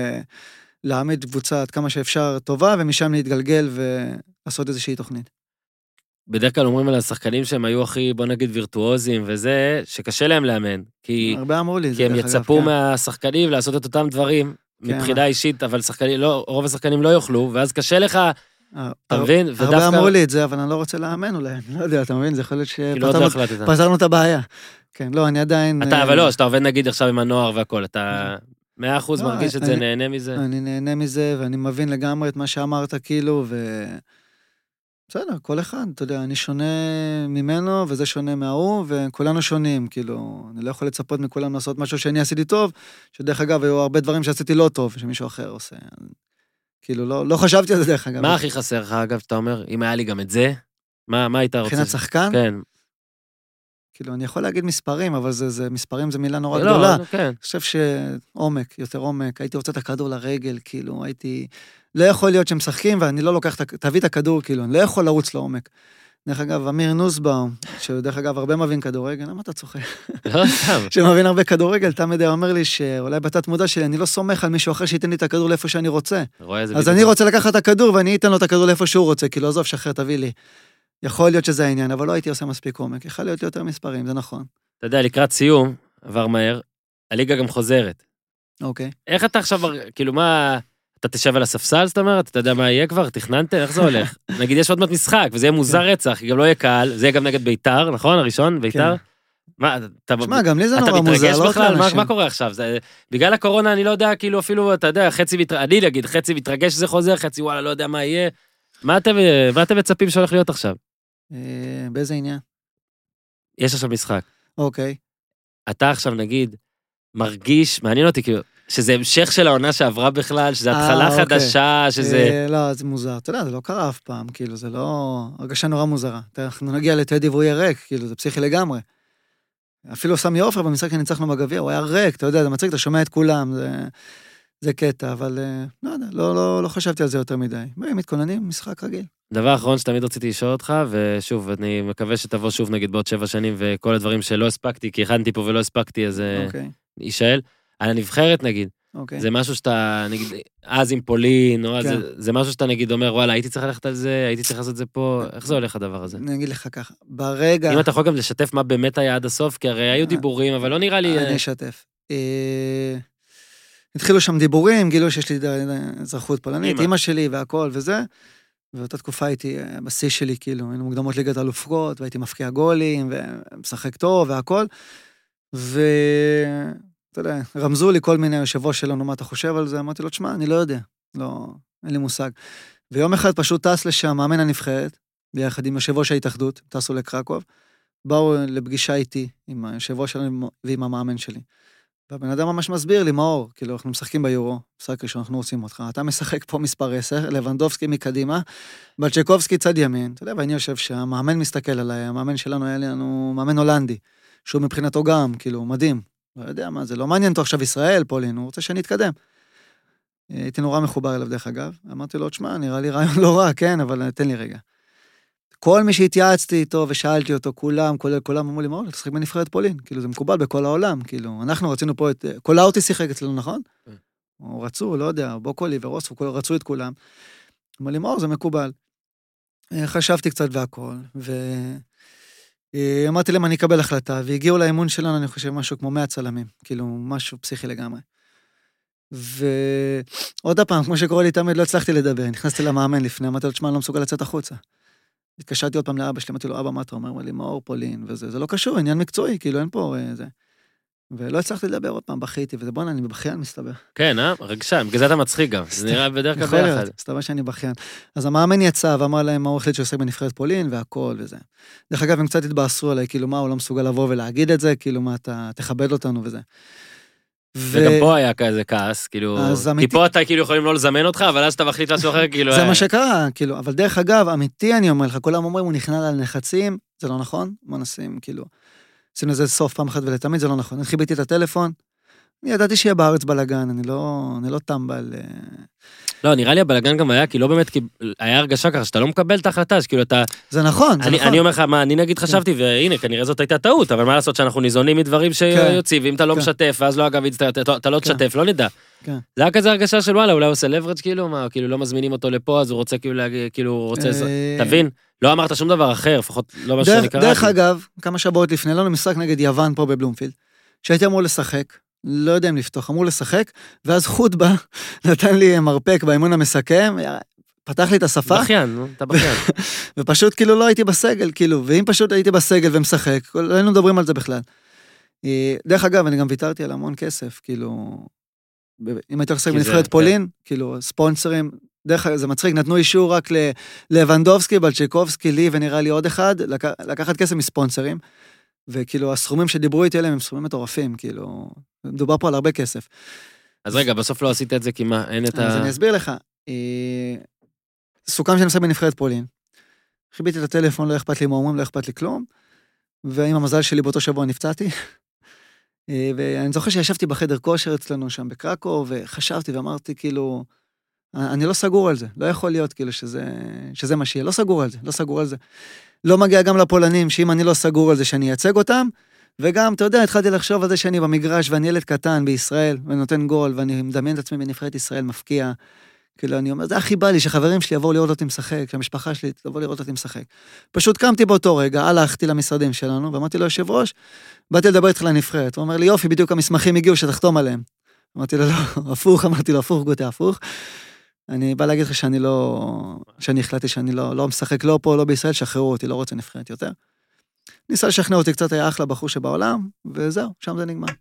להעמיד קבוצה עד כמה שאפשר טובה, ומשם להתגלגל ולעשות איזושהי תוכנית. בדרך כלל אומרים על השחקנים שהם היו הכי, בוא נגיד, וירטואוזים, וזה שקשה להם לאמן. כי, הרבה אמרו לי, כי הם יצפו אגב, מהשחקנים לעשות את אותם דברים, כן, מבחינה אישית, אבל שחקנים, לא, רוב השחקנים לא יוכלו, ואז קשה לך, אתה מבין? הרבה אמרו לי את זה, אבל אני לא רוצה לאמן אולי, אני לא יודע, אתה מבין? זה יכול להיות שפתרנו את הבעיה. כן, לא, אני עדיין... אתה, אבל לא, שאתה עובד נגיד עכשיו עם הנוער והכל, אתה מאה אחוז מרגיש את זה, נהנה מזה? אני נהנה מזה, ואני מבין לגמרי את מה שאמרת, כאילו, ו... בסדר, כל אחד, אתה יודע, אני שונה ממנו, וזה שונה מההוא, וכולנו שונים, כאילו, אני לא יכול לצפות מכולם לעשות משהו שאני עשיתי טוב, שדרך אגב, היו הרבה דברים שעשיתי לא טוב, שמישהו אחר עושה. כאילו, לא, לא חשבתי על זה דרך אגב. מה הכי חסר לך, אגב, שאתה אומר, אם היה לי גם את זה, מה, מה היית רוצה? מבחינת שחקן? כן. כאילו, אני יכול להגיד מספרים, אבל זה, זה, מספרים זה מילה נורא לא, גדולה. לא, כן. אני חושב שעומק, יותר עומק, הייתי רוצה את הכדור לרגל, כאילו, הייתי... לא יכול להיות שמשחקים, ואני לא לוקח, תביא את הכדור, כאילו, אני לא יכול לרוץ לעומק. דרך אגב, אמיר נוסבאום, שדרך אגב, הרבה מבין כדורגל, למה אתה צוחק? לא, סתם. שמבין הרבה כדורגל, תמיד אומר לי שאולי בתת מודע שלי, אני לא סומך על מישהו אחר שייתן לי את הכדור לאיפה שאני רוצה. אז אני רוצה לקחת את הכדור, ואני אתן לו את הכדור לאיפה שהוא רוצה, כי לא עזוב, שחרר, תביא לי. יכול להיות שזה העניין, אבל לא הייתי עושה מספיק עומק, יכול להיות לי יותר מספרים, זה נכון. אתה יודע, לקראת סיום, עבר מהר, הליגה גם חוזרת. אוקיי. איך אתה עכשיו, כאילו מה, אתה תשב על הספסל, זאת אומרת, אתה יודע מה יהיה כבר, תכננתם, איך זה הולך? נגיד, יש עוד מעט משחק, וזה יהיה מוזר רצח, גם לא יהיה קהל, זה יהיה גם נגד ביתר, נכון? הראשון, ביתר? מה, אתה... תשמע, גם לי זה נורא מוזר, אתה מתרגש בכלל? מה קורה עכשיו? בגלל הקורונה, אני לא יודע, כאילו אפילו, אתה יודע, חצי, אני אגיד, חצי מתרגש שזה חוזר, חצי וואלה, לא יודע מה יהיה. מה אתם מצפים שהולך להיות עכשיו? באיזה עניין? יש עכשיו משחק. אוקיי. אתה עכשיו נגיד, מרגיש, מעניין אותי כאילו, שזה המשך של העונה שעברה בכלל, שזה התחלה חדשה, שזה... לא, זה מוזר. אתה יודע, זה לא קרה אף פעם, כאילו, זה לא... הרגשה נורא מוזרה. אנחנו נגיע לטדי והוא יהיה ריק, כאילו, זה פסיכי לגמרי. אפילו סמי עופר במשחק שניצחנו בגביע, הוא היה ריק, אתה יודע, זה מצחיק, אתה שומע את כולם, זה... זה קטע, אבל לא יודע, לא, לא, לא חשבתי על זה יותר מדי. בואי, מתכוננים, משחק רגיל. דבר אחרון שתמיד רציתי לשאול אותך, ושוב, אני מקווה שתבוא שוב נגיד בעוד שבע שנים, וכל הדברים שלא הספקתי, כי הכנתי פה ולא הספקתי, אז יישאל. על הנבחרת נגיד, זה משהו שאתה, נגיד, אז עם פולין, או זה משהו שאתה נגיד אומר, וואלה, הייתי צריך ללכת על זה, הייתי צריך לעשות את זה פה, איך זה הולך הדבר הזה? אני אגיד לך ככה, ברגע... אם אתה יכול גם לשתף מה באמת היה עד הסוף, כי הרי היו דיבורים, אבל לא נראה לי... אני אשתף. התחילו שם דיבורים, גילו שיש לי אזרחות פולנית, אמא שלי והכל וזה, ואותה תקופה הייתי בשיא שלי, כאילו, היינו מוקדמות ליגת אלופות, והייתי מפקיע גולים, ומשחק טוב והכל, ואתה יודע, רמזו לי כל מיני יושבו שלנו, מה אתה חושב על זה? אמרתי לו, תשמע, אני לא יודע, לא, אין לי מושג. ויום אחד פשוט טס לשם, מאמן הנבחרת, ביחד עם יושבו של ההתאחדות, טסו לקרקוב, באו לפגישה איתי, עם היושבו שלנו ועם המאמן שלי. והבן אדם ממש מסביר לי, מאור, כאילו, אנחנו משחקים ביורו, משחק ראשון, אנחנו רוצים אותך, אתה משחק פה מספר עשר, לבנדובסקי מקדימה, בלצ'קובסקי צד ימין, אתה יודע, ואני יושב שהמאמן מסתכל עליי, המאמן שלנו היה לנו מאמן הולנדי, שהוא מבחינתו גם, כאילו, מדהים, לא יודע מה, זה לא מעניין אותו עכשיו ישראל, פולין, הוא רוצה שאני אתקדם. הייתי נורא מחובר אליו דרך אגב, אמרתי לו, תשמע, נראה לי רעיון לא רע, כן, אבל תן לי רגע. כל מי שהתייעצתי איתו ושאלתי אותו, כולם, כולל כולם, אמרו לי, מה, אתה שחק בנבחרת פולין? כאילו, זה מקובל בכל העולם, כאילו, אנחנו רצינו פה את, כל האוטי שיחק אצלנו, נכון? או רצו, לא יודע, בוקולי ורוספו, רצו את כולם. אמרו לי, מה, זה מקובל. חשבתי קצת והכל, ואמרתי להם, אני אקבל החלטה, והגיעו לאימון שלנו, אני חושב, משהו כמו מאה צלמים, כאילו, משהו פסיכי לגמרי. ועוד הפעם, כמו שקורא לי תמיד, לא הצלחתי לדבר, נכנסתי למאמן לפני, אמרתי לו, תשמע, אני לא מסוגל לצאת החוצה. התקשרתי עוד פעם לאבא שלי, אמרתי לו, אבא, מה אתה אומר? אמר לי, מאור פולין, וזה, זה לא קשור, עניין מקצועי, כאילו, אין פה זה. ולא הצלחתי לדבר עוד פעם, בכיתי, וזה בואנה, אני בבכיין מסתבר. כן, אה? רגשן, בגלל זה אתה מצחיק גם, זה נראה בדרך כלל ביחד. מסתבר שאני בכיין. אז המאמן יצא, ואמר להם, מאור החליט שעושה בנבחרת פולין, והכל, וזה. דרך אגב, הם קצת התבאסרו עליי, כאילו, מה, הוא לא מסוגל לבוא ולהגיד את זה, כאילו, מה, אתה תכבד אותנו וזה. וגם פה היה כזה כעס, כאילו, כי פה אתה כאילו יכולים לא לזמן אותך, אבל אז אתה מחליט לעשות אחר, כאילו... זה מה שקרה, כאילו, אבל דרך אגב, אמיתי אני אומר לך, כולם אומרים, הוא נכנע על לחצים, זה לא נכון, בוא נשים, כאילו, עשינו לזה סוף פעם אחת ולתמיד, זה לא נכון, אני חיביתי את הטלפון, אני ידעתי שיהיה בארץ בלגן, אני לא, אני לא טמבל... לא, נראה לי הבלגן גם היה, כי לא באמת, כי היה הרגשה ככה, שאתה לא מקבל את ההחלטה, שכאילו אתה... זה נכון, זה נכון. אני אומר לך, מה, אני נגיד חשבתי, והנה, כנראה זאת הייתה טעות, אבל מה לעשות שאנחנו ניזונים מדברים שיוצאים, ואם אתה לא משתף, ואז לא אגב, אתה לא תשתף, לא נדע. זה היה כזה הרגשה של וואלה, אולי הוא עושה לברג' כאילו, מה, כאילו לא מזמינים אותו לפה, אז הוא רוצה כאילו, כאילו, הוא רוצה, תבין? לא אמרת שום דבר אחר, לפחות לא מה שאני קראתי. דרך אגב, כמה שבועות לפני, לנו משחק נגד יוון פה בבלומפילד, שהייתי אמור לשחק, לא יודע אם לפתוח, אמור לשחק, ואז חוטבה נתן לי מרפק באימון המסכם, פתח לי את השפה. בכיין, אתה בכיין. ופשוט כאילו לא הייתי בסגל, כאילו, ואם פשוט הייתי בסגל ומשחק, לא היינו מדברים על זה בכלל. דרך אגב, אני גם ויתרתי על המון כסף, כאילו, אם הייתי לשחק בנבחרת פולין, כאילו, ספונסרים, דרך אגב, זה מצחיק, נתנו אישור רק ללבנדובסקי, בלצ'קובסקי, לי ונראה לי עוד אחד, לקחת כסף מספונסרים, וכאילו, הסכומים שדיברו איתי עליהם הם סכומים מטורפים, כאילו, מדובר פה על הרבה כסף. אז רגע, בסוף לא עשית את זה, כי מה, אין את ה... אז אני אסביר לך. סוכם שאני משחק בנבחרת פולין. חיביתי את הטלפון, לא אכפת לי מה אומרים, לא אכפת לי כלום. ועם המזל שלי באותו שבוע נפצעתי. ואני זוכר שישבתי בחדר כושר אצלנו שם בקרקו, וחשבתי ואמרתי כאילו, אני לא סגור על זה, לא יכול להיות כאילו שזה, שזה מה שיהיה, לא סגור על זה, לא סגור על זה. לא מגיע גם לפולנים, שאם אני לא סגור על זה שאני אייצג אותם, וגם, אתה יודע, התחלתי לחשוב על זה שאני במגרש, ואני ילד קטן בישראל, ואני נותן גול, ואני מדמיין את עצמי בנבחרת ישראל, מפקיע. כאילו, אני אומר, זה הכי בא לי, שחברים שלי יבואו לראות אותי משחק, שהמשפחה שלי תבוא לראות אותי משחק. פשוט קמתי באותו רגע, הלכתי למשרדים שלנו, ואמרתי לו, יושב ראש, באתי לדבר איתך לנבחרת. הוא אומר לי, יופי, בדיוק המסמכים הגיעו, שתחתום עליהם. אמרתי לו, לא, הפוך, אמרתי לו, הפוך, גוטה, הפוך. אני בא להגיד לך שאני לא, שאני החלטתי שאני לא, לא משחק לא פה, לא בישראל, שחררו אותי, לא רוצה נבחרת יותר. ניסה לשכנע אותי קצת, היה אחלה בחור שבעולם, וזהו, שם זה נגמר.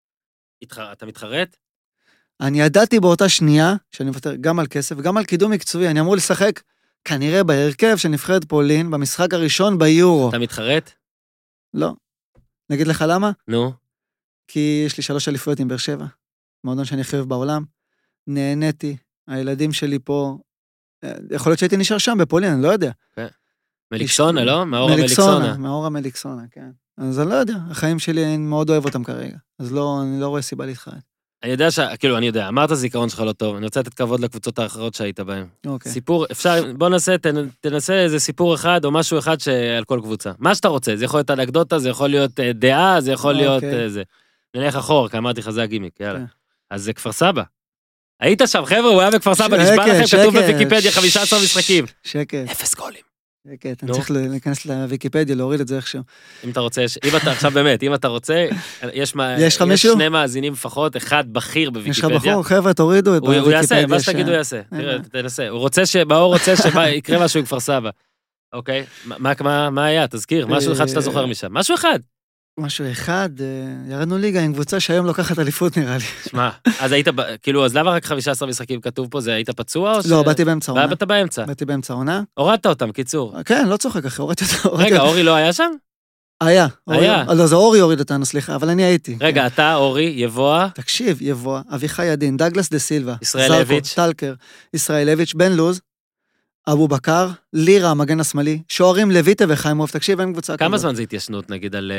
אתה מתחרט? אני ידעתי באותה שנייה, שאני מוותר גם על כסף, וגם על קידום מקצועי, אני אמור לשחק, כנראה בהרכב של נבחרת פולין, במשחק הראשון ביורו. אתה מתחרט? לא. נגיד לך למה? נו. כי יש לי שלוש אליפויות עם באר שבע, מועדון שאני חייב בעולם, נהניתי, הילדים שלי פה, יכול להיות שהייתי נשאר שם בפולין, אני לא יודע. מליקסונה, לא? מאור המליקסונה. מאור המליקסונה, כן. אז אני לא יודע, החיים שלי, אני מאוד אוהב אותם כרגע, אז לא, אני לא רואה סיבה להתחרט. אני יודע ש... כאילו, אני יודע, אמרת זיכרון שלך לא טוב, אני רוצה לתת כבוד לקבוצות האחרות שהיית בהן. אוקיי. סיפור, אפשר, בוא ננסה, תנסה איזה סיפור אחד או משהו אחד שעל כל קבוצה. מה שאתה רוצה, זה יכול להיות אנקדוטה, זה יכול להיות דעה, זה יכול להיות זה. נלך אחור, כי אמרתי לך, זה הגימיק, יאללה. אז זה כפר סבא. היית שם, חבר'ה, הוא היה בכפר סבא, נשבע לכם, כתוב בוויקיפדיה חמישה עשר משחקים. שקט. אפס גולים. שקט, אני צריך להיכנס לוויקיפדיה, להוריד את זה איכשהו. אם אתה רוצה, אם אתה עכשיו באמת, אם אתה רוצה, יש שני מאזינים לפחות, אחד בכיר בוויקיפדיה. יש לך בחור, חבר'ה, תורידו את הוא יעשה, מה שתגיד הוא יעשה. תראה, תנסה. הוא רוצה שבאור רוצה שיקרה משהו עם כפר סבא. אוקיי? מה היה? תזכיר, משהו אחד שאתה זוכר משם. משהו אחד. משהו אחד, ירדנו ליגה עם קבוצה שהיום לוקחת אליפות נראה לי. שמע, אז היית, כאילו, אז למה רק חמישה עשר משחקים כתוב פה, זה היית פצוע או ש... לא, באתי באמצע עונה. באת באמצע. באתי באמצע עונה. הורדת אותם, קיצור. כן, לא צוחק אחי, הורדתי אותם. רגע, אורי לא היה שם? היה. היה. לא, זה אורי הוריד אותנו, סליחה, אבל אני הייתי. רגע, אתה, אורי, יבוא. תקשיב, יבוא, אביחי ידין, דגלס דה סילבה. ישראלביץ'. טלקר, ישראלביץ', בן לוז, אבו בקר, לירה, המגן השמאלי, שוערים לויטה וחיימוב, תקשיב, אין קבוצה כזאת. כמה זמן זה התיישנות, נגיד, על...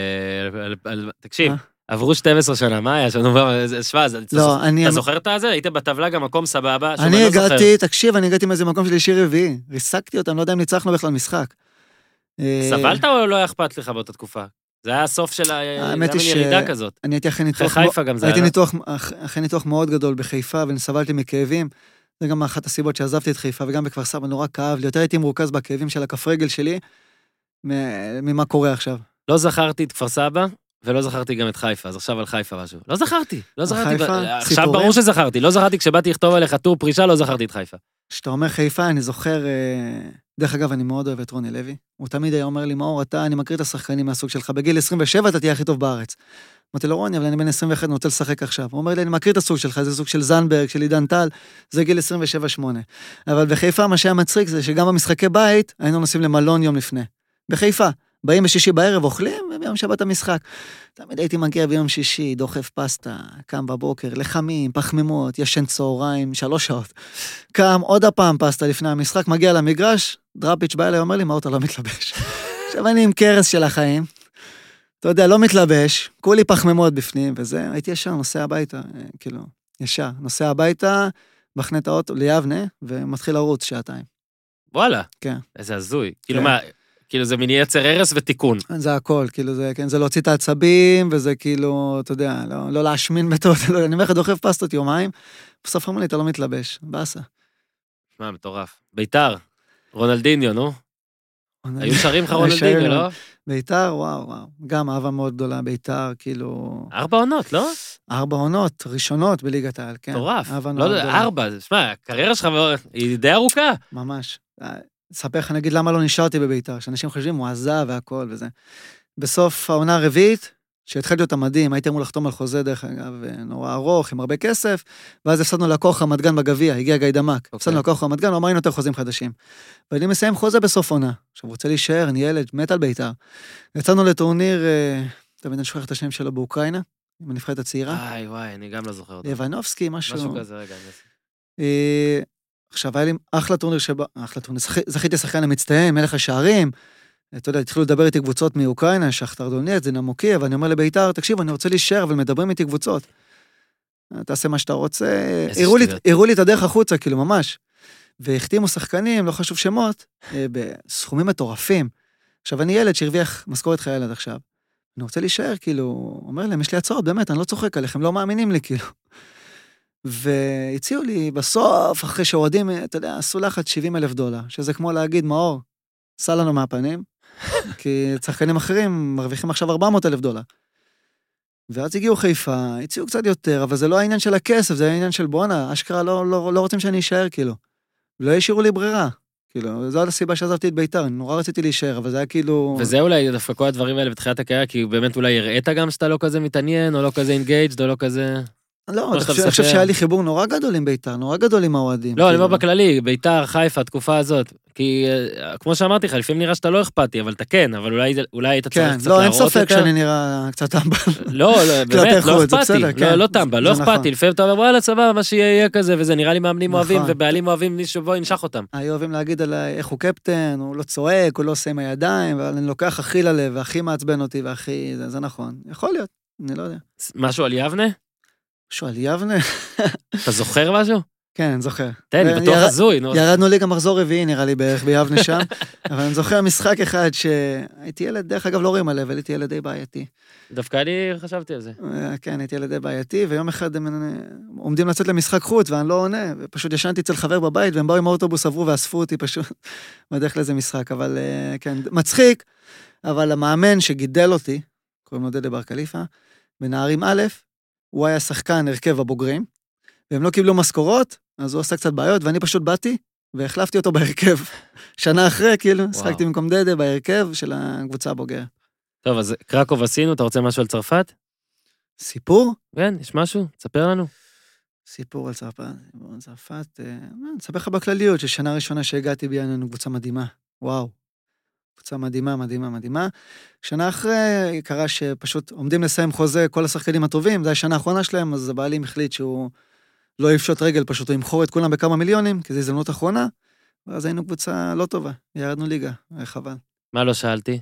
תקשיב, עברו שתים עשרה שנה, מה היה לנו? שווה, אתה זוכר את זה? היית בטבלה גם מקום סבבה? אני הגעתי, תקשיב, אני הגעתי מאיזה מקום של אישי רביעי, ריסקתי אותם, לא יודע אם ניצחנו בכלל משחק. סבלת או לא היה אכפת לך באותה תקופה? זה היה הסוף של הירידה כזאת. אני הייתי אחרי ניתוח... חיפה גם זה היה. הייתי אחרי ניתוח מאוד גדול בחיפה, וסבלתי מכאבים. זה גם אחת הסיבות שעזבתי את חיפה, וגם בכפר סבא נורא כאב לי. יותר הייתי מרוכז בכאבים של הכף רגל שלי, ממה קורה עכשיו. לא זכרתי את כפר סבא, ולא זכרתי גם את חיפה, אז עכשיו על חיפה משהו. לא זכרתי, לא זכרתי. עכשיו ברור שזכרתי, לא זכרתי, כשבאתי לכתוב עליך טור פרישה, לא זכרתי את חיפה. כשאתה אומר חיפה, אני זוכר, דרך אגב, אני מאוד אוהב את רוני לוי. הוא תמיד היה אומר לי, מאור, אתה, אני מכיר את השחקנים מהסוג שלך, בגיל עשרים ושבע אתה תהיה הכי טוב בארץ. אמרתי לו, רוני, אבל אני בן עשרים ואחת, אני רוצה לשחק עכשיו. הוא אומר לי, אני מכיר את הסוג שלך, זה סוג של זנברג, של עידן טל, זה גיל עשרים ושבע שמונה. אבל בחיפה, מה שהיה מצחיק זה שגם במשחקי בית, היינו נוסעים למלון יום לפני. בחיפה, באים בשישי בערב, אוכלים, וביום שבת המשחק. תמיד הייתי מגיע ביום שישי, דוחף פסטה, קם בבוקר, לחמים, פחמימות, ישן צהריים, שלוש שעות. קם עוד הפעם פסטה לפני המשחק, מגיע למגרש, דראפיץ' בא אליי, אומר לי, מה אתה לא מתלבש? עכשיו אני עם קרס של החיים. אתה יודע, לא מתלבש, כולי פחמימות בפנים, וזה, הייתי ישר, נוסע הביתה, כאילו, ישר, נוסע הביתה, בחנה את האוטו ליבנה, ומתחיל לרוץ שעתיים. וואלה. כן. איזה הזוי. כאילו מה, כאילו זה מיני יצר הרס ותיקון. זה הכל, כאילו זה, כן, זה להוציא את העצבים, וזה כאילו, אתה יודע, לא, לא להשמין בטעות, לא, אני אומר לך, דוחף פסטות יומיים, בסוף אמרו לי, אתה לא מתלבש, באסה. מה, מטורף. ביתר, רונלדיניו, נו? היו שרים לך רונלדיניו, לא? ביתר, וואו, וואו. גם אהבה מאוד גדולה, ביתר, כאילו... ארבע עונות, לא? ארבע עונות, ראשונות בליגת העל, כן. מטורף. לא, ארבע, שמע, הקריירה שלך היא די ארוכה. ממש. אספר לך, נגיד, למה לא נשארתי בביתר, שאנשים חושבים, הוא עזב והכל וזה. בסוף העונה הרביעית, שהתחלתי אותה מדהים, הייתי אמור לחתום על חוזה, דרך אגב, נורא ארוך, עם הרבה כסף, ואז הפסדנו לקוח רמת גן בגביע, הגיע גיא דמק, הפסדנו לקוח רמת גן, הוא אמר, אין יותר חוזים חדשים. ואני מסיים חוזה בסוף עונה, עכשיו רוצה להישאר, אני ילד, מת על ביתר. יצאנו לטורניר, תמיד אני שוכח את השם שלו באוקראינה, עם הנבחרת הצעירה. וואי, וואי, אני גם לא זוכר אותו. לבנובסקי, משהו. משהו כזה, רגע. עכשיו, היה לי אחלה טורניר שבא, אחלה טורניר, זכיתי שחקן המצטיין, מלך השערים, אתה יודע, התחילו לדבר איתי קבוצות מאוקראינה, שכתר דונייץ, דינמו קייב, ואני אומר לביתר, תקשיב, אני רוצה להישאר, אבל מדברים איתי קבוצות. תעשה מה שאתה רוצה. הראו לי, הראו לי את הדרך החוצה, כאילו, ממש. והחתימו שחקנים, לא חשוב שמות, בסכומים מטורפים. עכשיו, אני ילד שהרוויח משכורת חיילת עכשיו. אני רוצה להישאר, כאילו, אומר להם, יש לי הצעות, באמת, אני לא צוחק עליכם, לא מאמינים לי, כאילו. והציעו לי בסוף, אחרי שאוהדים, אתה יודע, עשו לחץ שבעים אלף דולר, שזה כמו להגיד, מאור, סע לנו מהפנים, כי שחקנים אחרים מרוויחים עכשיו ארבע מאות אלף דולר. ואז הגיעו חיפה, הציעו קצת יותר, אבל זה לא העניין של הכסף, זה העניין של בונה, אשכרה לא, לא, לא רוצים שאני אשאר, כאילו. לא השאירו לי ברירה. כאילו, זו עוד הסיבה שעזבתי את ביתר, אני נורא רציתי להישאר, אבל זה היה כאילו... וזה אולי דווקא כל הדברים האלה בתחילת הקריירה, כי באמת אולי הראית גם שאתה לא כזה מתעניין, או לא כזה אינגייג'ד, או לא כזה... לא, אני חושב שהיה לי חיבור נורא גדול עם ביתר, נורא גדול עם האוהדים. לא, אני אומר בכללי, ביתר, חיפה, התקופה הזאת, כי כמו שאמרתי לך, לפעמים נראה שאתה לא אכפתי, אבל אתה כן, אבל אולי היית צריך קצת להראות יותר. לא, אין ספק שאני נראה קצת טמבל. לא, באמת, לא אכפתי, לא טמבל, לא אכפתי, לפעמים אתה אומר, וואלה, סבבה, מה שיהיה כזה, וזה נראה לי מאמנים אוהבים, ובעלים אוהבים, מישהו בוא ינשך אותם. היו אוהבים להגיד עליי איך הוא קפטן, הוא לא צועק, הוא לא עושה עם הידיים, אבל אני לוקח הכי ללב, והכי מעצבן אותי, והכי, זה נכון. יכול להיות, אני לא יודע. משהו על יבנה? משהו על יבנה? אתה זוכר משהו? כן, אני זוכר. תן, בתוך הזוי. ירדנו לי גם מחזור רביעי, נראה לי בערך ביבנה שם, אבל אני זוכר משחק אחד שהייתי ילד, דרך אגב לא רואים עליו, אבל הייתי ילד די בעייתי. דווקא אני חשבתי על זה. כן, הייתי ילד די בעייתי, ויום אחד הם עומדים לצאת למשחק חוץ, ואני לא עונה, ופשוט ישנתי אצל חבר בבית, והם באו עם האוטובוס, עברו ואספו אותי פשוט, בדרך לזה משחק, אבל כן, מצחיק, אבל המאמן שגידל אותי, קוראים לו דדה בר קליפה, בנערים א', הוא היה שחקן הרכב הבוגרים, והם לא קיבלו משכורות, אז הוא עשה קצת בעיות, ואני פשוט באתי, והחלפתי אותו בהרכב. שנה אחרי, כאילו, שחקתי במקום דדה בהרכב של הקבוצה הבוגרת. טוב, אז קרקוב עשינו, אתה רוצה משהו על צרפת? סיפור? כן, יש משהו? תספר לנו. סיפור על צרפת, סיפור על צרפת, נספר לך בכלליות, ששנה ראשונה שהגעתי בי, היינו קבוצה מדהימה. וואו. קבוצה מדהימה, מדהימה, מדהימה. שנה אחרי, קרה שפשוט עומדים לסיים חוזה כל השחקנים הטובים, זה השנה האחרונה שלהם, אז הבעלים החליט שהוא לא יפשוט רגל, פשוט הוא ימכור את כולם בכמה מיליונים, כי זו הזדמנות אחרונה, ואז היינו קבוצה לא טובה, ירדנו ליגה, חבל. מה לא שאלתי?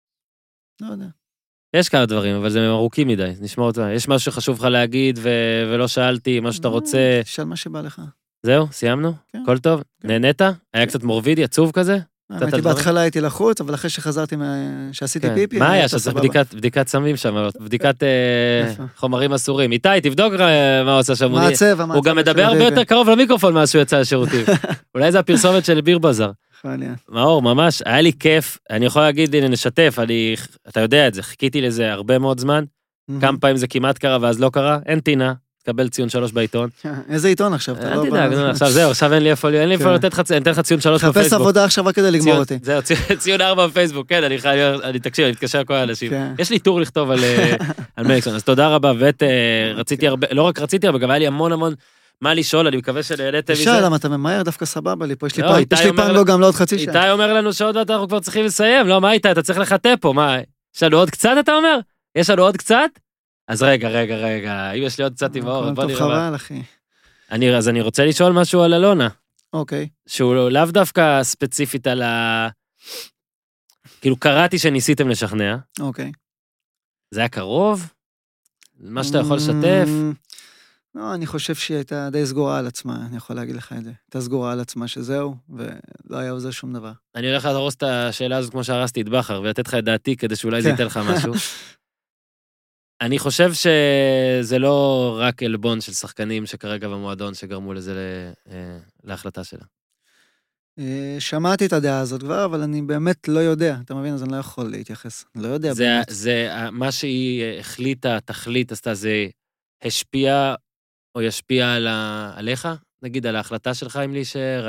לא יודע. יש כמה דברים, אבל זה ארוכים מדי, נשמע אותה. יש משהו שחשוב לך להגיד, ו- ולא שאלתי, מה שאתה רוצה. שאל מה שבא לך. זהו, סיימנו? כן. כל טוב? כן. נהנית? כן. היה קצת מורבידי, עצוב כזה? הייתי בהתחלה הייתי לחוץ, אבל אחרי שחזרתי, שעשיתי כן. פיפי... מה היה? שצריך בדיקת, בדיקת סמים שם, בדיקת אה, חומרים אסורים. איתי, תבדוק מה הוא עושה שם. מה הצבע? הוא גם מדבר הרבה יותר קרוב למיקרופון מה שהוא יצא לשירותים. אולי זה הפרסומת של ביר בזאר. מאור, ממש, היה לי כיף. אני יכול להגיד, הנה, נשתף, אני, אתה יודע את זה, חיכיתי לזה הרבה מאוד זמן. כמה פעמים זה כמעט קרה, ואז לא קרה. אין טינה. תקבל ציון שלוש בעיתון. איזה עיתון עכשיו? אל תדאג, עכשיו זהו, עכשיו אין לי איפה, אין לי איפה לתת לך ציון שלוש בפייסבוק. חפש עבודה עכשיו רק כדי לגמור אותי. זהו, ציון ארבע בפייסבוק, כן, אני תקשיב, אני מתקשר כל האנשים. יש לי טור לכתוב על מליקסון, אז תודה רבה, ואת רציתי הרבה, לא רק רציתי הרבה, גם היה לי המון המון מה לשאול, אני מקווה שנהנתם מזה. שאלה, למה אתה ממהר, דווקא סבבה לי פה, יש לי פעם לא גם לעוד חצי שעה. איתי אומר לנו שעוד מעט אנחנו כבר צריכים לסיים, לא, מה איתי, אתה צריך לחטא פה, מה, יש לנו עוד קצת, אתה אומר? יש לנו עוד קצת? אז רגע, רגע, רגע, אם יש לי עוד קצת עם האור, בוא נראה. טוב חבל, אחי. אני, אז אני רוצה לשאול משהו על אלונה. אוקיי. שהוא לאו דווקא ספציפית על ה... כאילו, קראתי שניסיתם לשכנע. אוקיי. זה היה קרוב? מה שאתה יכול לשתף? לא, אני חושב שהיא הייתה די סגורה על עצמה, אני יכול להגיד לך את זה. הייתה סגורה על עצמה שזהו, ולא היה עוזר שום דבר. אני הולך להרוס את השאלה הזאת כמו שהרסתי את בחר, ולתת לך את דעתי כדי שאולי זה ייתן לך משהו. אני חושב שזה לא רק אלבון של שחקנים שכרגע במועדון שגרמו לזה להחלטה שלה. שמעתי את הדעה הזאת כבר, אבל אני באמת לא יודע, אתה מבין? אז אני לא יכול להתייחס. לא יודע באמת. זה מה שהיא החליטה, תחליט, עשתה, זה השפיע או ישפיע עליך, נגיד, על ההחלטה שלך אם להישאר,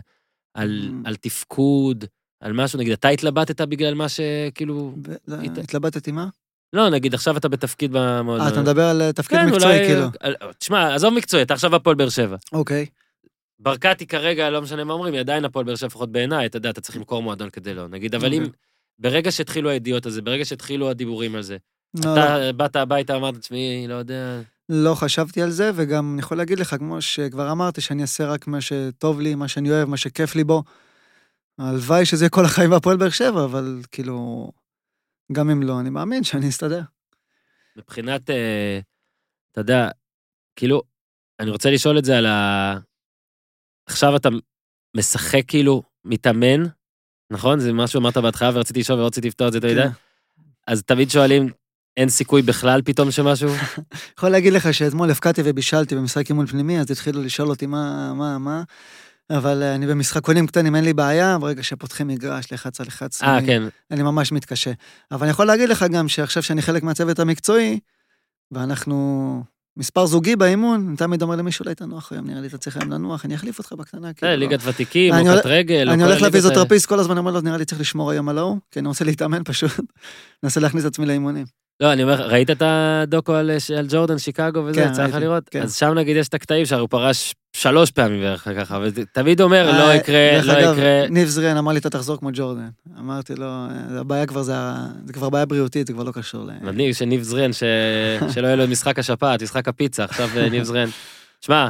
על תפקוד, על משהו, נגיד, אתה התלבטת בגלל מה שכאילו... התלבטתי מה? לא, נגיד, עכשיו אתה בתפקיד במועדון. אה, אתה מדבר על תפקיד מקצועי, כאילו. תשמע, עזוב מקצועי, אתה עכשיו הפועל באר שבע. אוקיי. ברקתי כרגע, לא משנה מה אומרים, היא עדיין הפועל באר שבע, לפחות בעיניי, אתה יודע, אתה צריך למכור מועדון כדי לא. נגיד, אבל אם, ברגע שהתחילו הידיעות הזה, ברגע שהתחילו הדיבורים על זה, אתה באת הביתה, אמרת, תשמעי, לא יודע... לא חשבתי על זה, וגם אני יכול להגיד לך, כמו שכבר אמרתי, שאני אעשה רק מה שטוב לי, מה שאני אוהב, מה שכיף לי בו. הלוואי שזה כל החיים בהפועל באר שבע, אבל כאילו, גם אם לא, אני מאמין שאני אסתדר. מבחינת, אתה יודע, כאילו, אני רוצה לשאול את זה על ה... עכשיו אתה משחק כאילו, מתאמן, נכון? זה משהו אמרת בהתחלה ורציתי לשאול ורציתי לפתור את זה, אתה יודע? אז תמיד שואלים, אין סיכוי בכלל פתאום שמשהו? יכול להגיד לך שאתמול הפקעתי ובישלתי במשחק אימון פנימי, אז התחילו לשאול אותי מה, מה, מה, אבל אני במשחקונים קטנים, אין לי בעיה, ברגע שפותחים מגרש, לחץ על לחץ, אה, אני, כן. אני ממש מתקשה. אבל אני יכול להגיד לך גם שעכשיו שאני חלק מהצוות המקצועי, ואנחנו מספר זוגי באימון, אני תמיד אומר למישהו, אולי תנוח היום, נראה לי אתה צריך היום לנוח, אני אחליף אותך בקטנה. ליגת ותיקים, או קט רגל. אני הולך לפיזיותרפיסט כל הזמן, אני אומר לו, נראה לי צריך לשמור היום על ההוא, כי אני רוצה להתאמן פשוט, ננסה להכניס את עצמי לאימונים. לא, אני אומר, ראית את הדוקו על, על ג'ורדן, שיקגו וזה, כן, צריך לראות? כן. אז שם נגיד יש את הקטעים שהרי הוא פרש שלוש פעמים בערך ככה, ותמיד אומר, לא יקרה, לא אגב, יקרה. ניב זרין אמר לי, אתה תחזור כמו ג'ורדן. אמרתי לו, הבעיה כבר זה, זה כבר בעיה בריאותית, זה כבר לא קשור ל... מדהים שניב זרין, ש... שלא יהיה לו משחק השפעת, משחק הפיצה, עכשיו ניב זרין. שמע,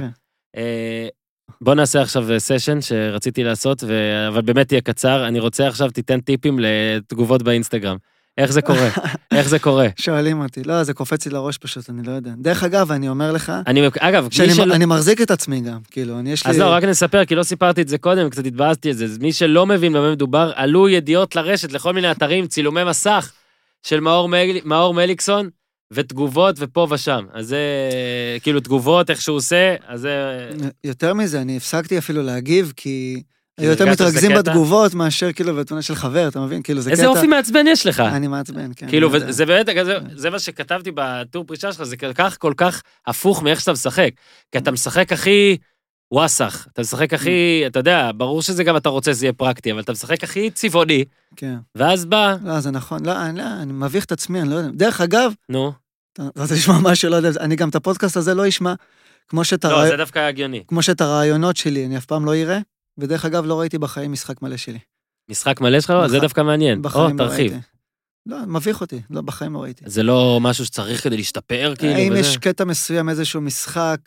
בוא נעשה עכשיו סשן שרציתי לעשות, ו... אבל באמת תהיה קצר, אני רוצה עכשיו תיתן טיפים לתגובות באינסטגרם. איך זה קורה? איך זה קורה? שואלים אותי, לא, זה קופץ לי לראש פשוט, אני לא יודע. דרך אגב, אני אומר לך, אני, אגב, שאני של... אני מחזיק את עצמי גם, כאילו, אני יש לי... אז לא, רק נספר, כי לא סיפרתי את זה קודם, קצת התבאסתי את זה, מי שלא מבין במה מדובר, עלו ידיעות לרשת לכל מיני אתרים, צילומי מסך של מאור, מל... מאור מליקסון, ותגובות ופה ושם. אז זה, כאילו, תגובות, איך שהוא עושה, אז זה... יותר מזה, אני הפסקתי אפילו להגיב, כי... היו יותר מתרכזים בתגובות מאשר כאילו בתמונה של חבר, אתה מבין? כאילו זה קטע... איזה אופי מעצבן יש לך? אני מעצבן, כן. כאילו, וזה באמת, זה מה שכתבתי בטור פרישה שלך, זה כך כל כך הפוך מאיך שאתה משחק. כי אתה משחק הכי וואסך, אתה משחק הכי, אתה יודע, ברור שזה גם אתה רוצה שזה יהיה פרקטי, אבל אתה משחק הכי צבעוני, ואז בא... לא, זה נכון, לא, אני מביך את עצמי, אני לא יודע. דרך אגב, נו. אתה רוצה לשמוע משהו, לא יודע, אני גם את הפודקאסט הזה לא אשמע, כמו שאת הרעיונות... לא, זה דווקא הגיוני. כמו שאת הרעיונות שלי, אני אף פעם לא אראה, ודרך אגב, לא ראיתי בחיים משחק מלא שלי. משחק מלא שלך? זה דווקא מעניין. או, תרחיב. לא, מביך אותי. לא, בחיים לא ראיתי. זה לא משהו שצריך כדי להשתפר, כאילו? אם יש קטע מסוים, איזשהו משחק,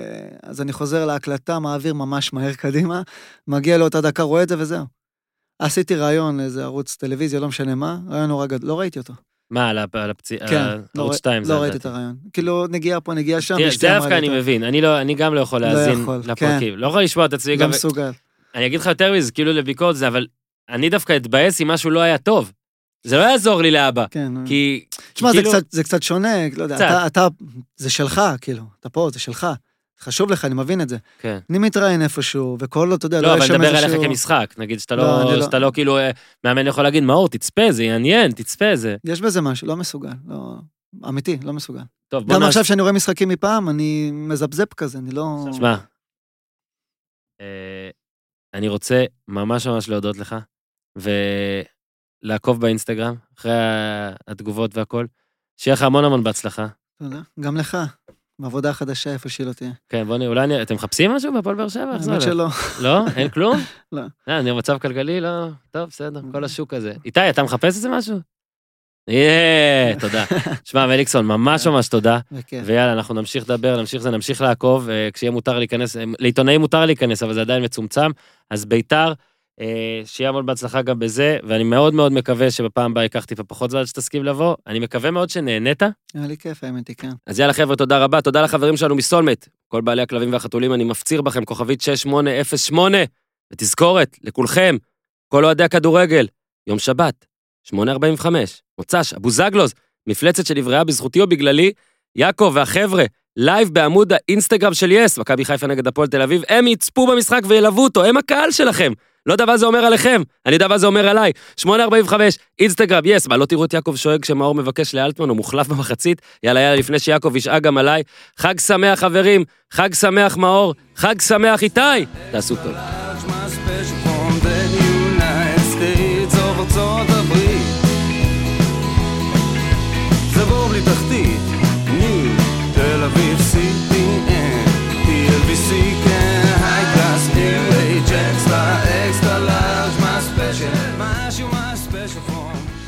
אז אני חוזר להקלטה, מעביר ממש מהר קדימה, מגיע לאותה דקה, רואה את זה וזהו. עשיתי רעיון לאיזה ערוץ טלוויזיה, לא משנה מה, רעיון נורא גדול, לא ראיתי אותו. מה, על הפציע... כן, ערוץ שתיים? לא ראיתי את הרעיון. כאילו, נגיעה פה, נגיעה שם. זה דווקא אני מבין, אני גם לא יכול להאזין לפרקים. לא יכול לשמוע את עצמי. לא מסוגל. אני אגיד לך יותר מזה, כאילו לביקורת זה, אבל אני דווקא אתבאס אם משהו לא היה טוב. זה לא יעזור לי לאבא. כן. כי... תשמע, זה קצת שונה, לא יודע, אתה, זה שלך, כאילו, אתה פה, זה שלך. חשוב לך, אני מבין את זה. כן. אני מתראיין איפשהו, וכל, אתה יודע, לא, אבל נדבר עליך כמשחק, נגיד שאתה לא כאילו, מאמן יכול להגיד, מאור, תצפה, זה יעניין, תצפה, זה... יש בזה משהו, לא מסוגל, לא... אמיתי, לא מסוגל. טוב, גם עכשיו שאני רואה משחקים מפעם, אני מזבזב כזה, אני לא... תשמע, אני רוצה ממש ממש להודות לך, ולעקוב באינסטגרם, אחרי התגובות והכל, שיהיה לך המון המון בהצלחה. תודה, גם לך, בעבודה חדשה איפה שהיא לא תהיה. כן, בוא נראה, אולי, אתם מחפשים משהו בהפועל באר שבע? האמת שלא. לא? אין כלום? לא. אני במצב כלכלי, לא? טוב, בסדר, כל השוק הזה. איתי, אתה מחפש את זה משהו? יאה, תודה. שמע, מליקסון, ממש ממש תודה. ויאללה, אנחנו נמשיך לדבר, נמשיך זה, נמשיך לעקוב, כשיהיה מותר להיכנס, לעיתונאים מותר להיכנס, אבל זה עדיין מצומצם, אז ביתר, שיהיה המון בהצלחה גם בזה, ואני מאוד מאוד מקווה שבפעם הבאה ייקח טיפה פחות זמן שתסכים לבוא, אני מקווה מאוד שנהנית. היה לי כיף, האמת היא, כן. אז יאללה חבר'ה, תודה רבה, תודה לחברים שלנו מסולמט, כל בעלי הכלבים והחתולים, אני מפציר בכם, כוכבית שש שמונה אפס שמונה, ותזכורת, לכולכם, כל אוהדי הכדורגל, יום שבת, שמונה ארבעים וחמש, מוצ"ש, אבו זגלוז, מפלצת שנבראה בזכותי או בגללי, יעקב והחבר'ה, לייב בעמוד האינסטגרם של יס, מכבי חיפה נגד הפועל תל אביב, הם יצפו במשחק וילוו אותו, הם הקהל שלכם. לא יודע מה זה אומר עליכם, אני יודע מה זה אומר עליי. שמונה ארבעים וחמש, אינסטגרם, יס, מה לא תראו את יעקב שואג שמאור מבקש לאלטמן, הוא מוחלף במחצית, יאללה יאללה לפני שיעקב ישעה גם עליי. חג שמח חברים, חג שמח מאור, חג שמח איתי, תעשו טוב. תל אביב סי פי אן, טי אל וי סי כן, היי קלאס, ניו אייג' אקסטרה, אקסטרה לארג' מה ספיישל, משהו מה ספיישל פורם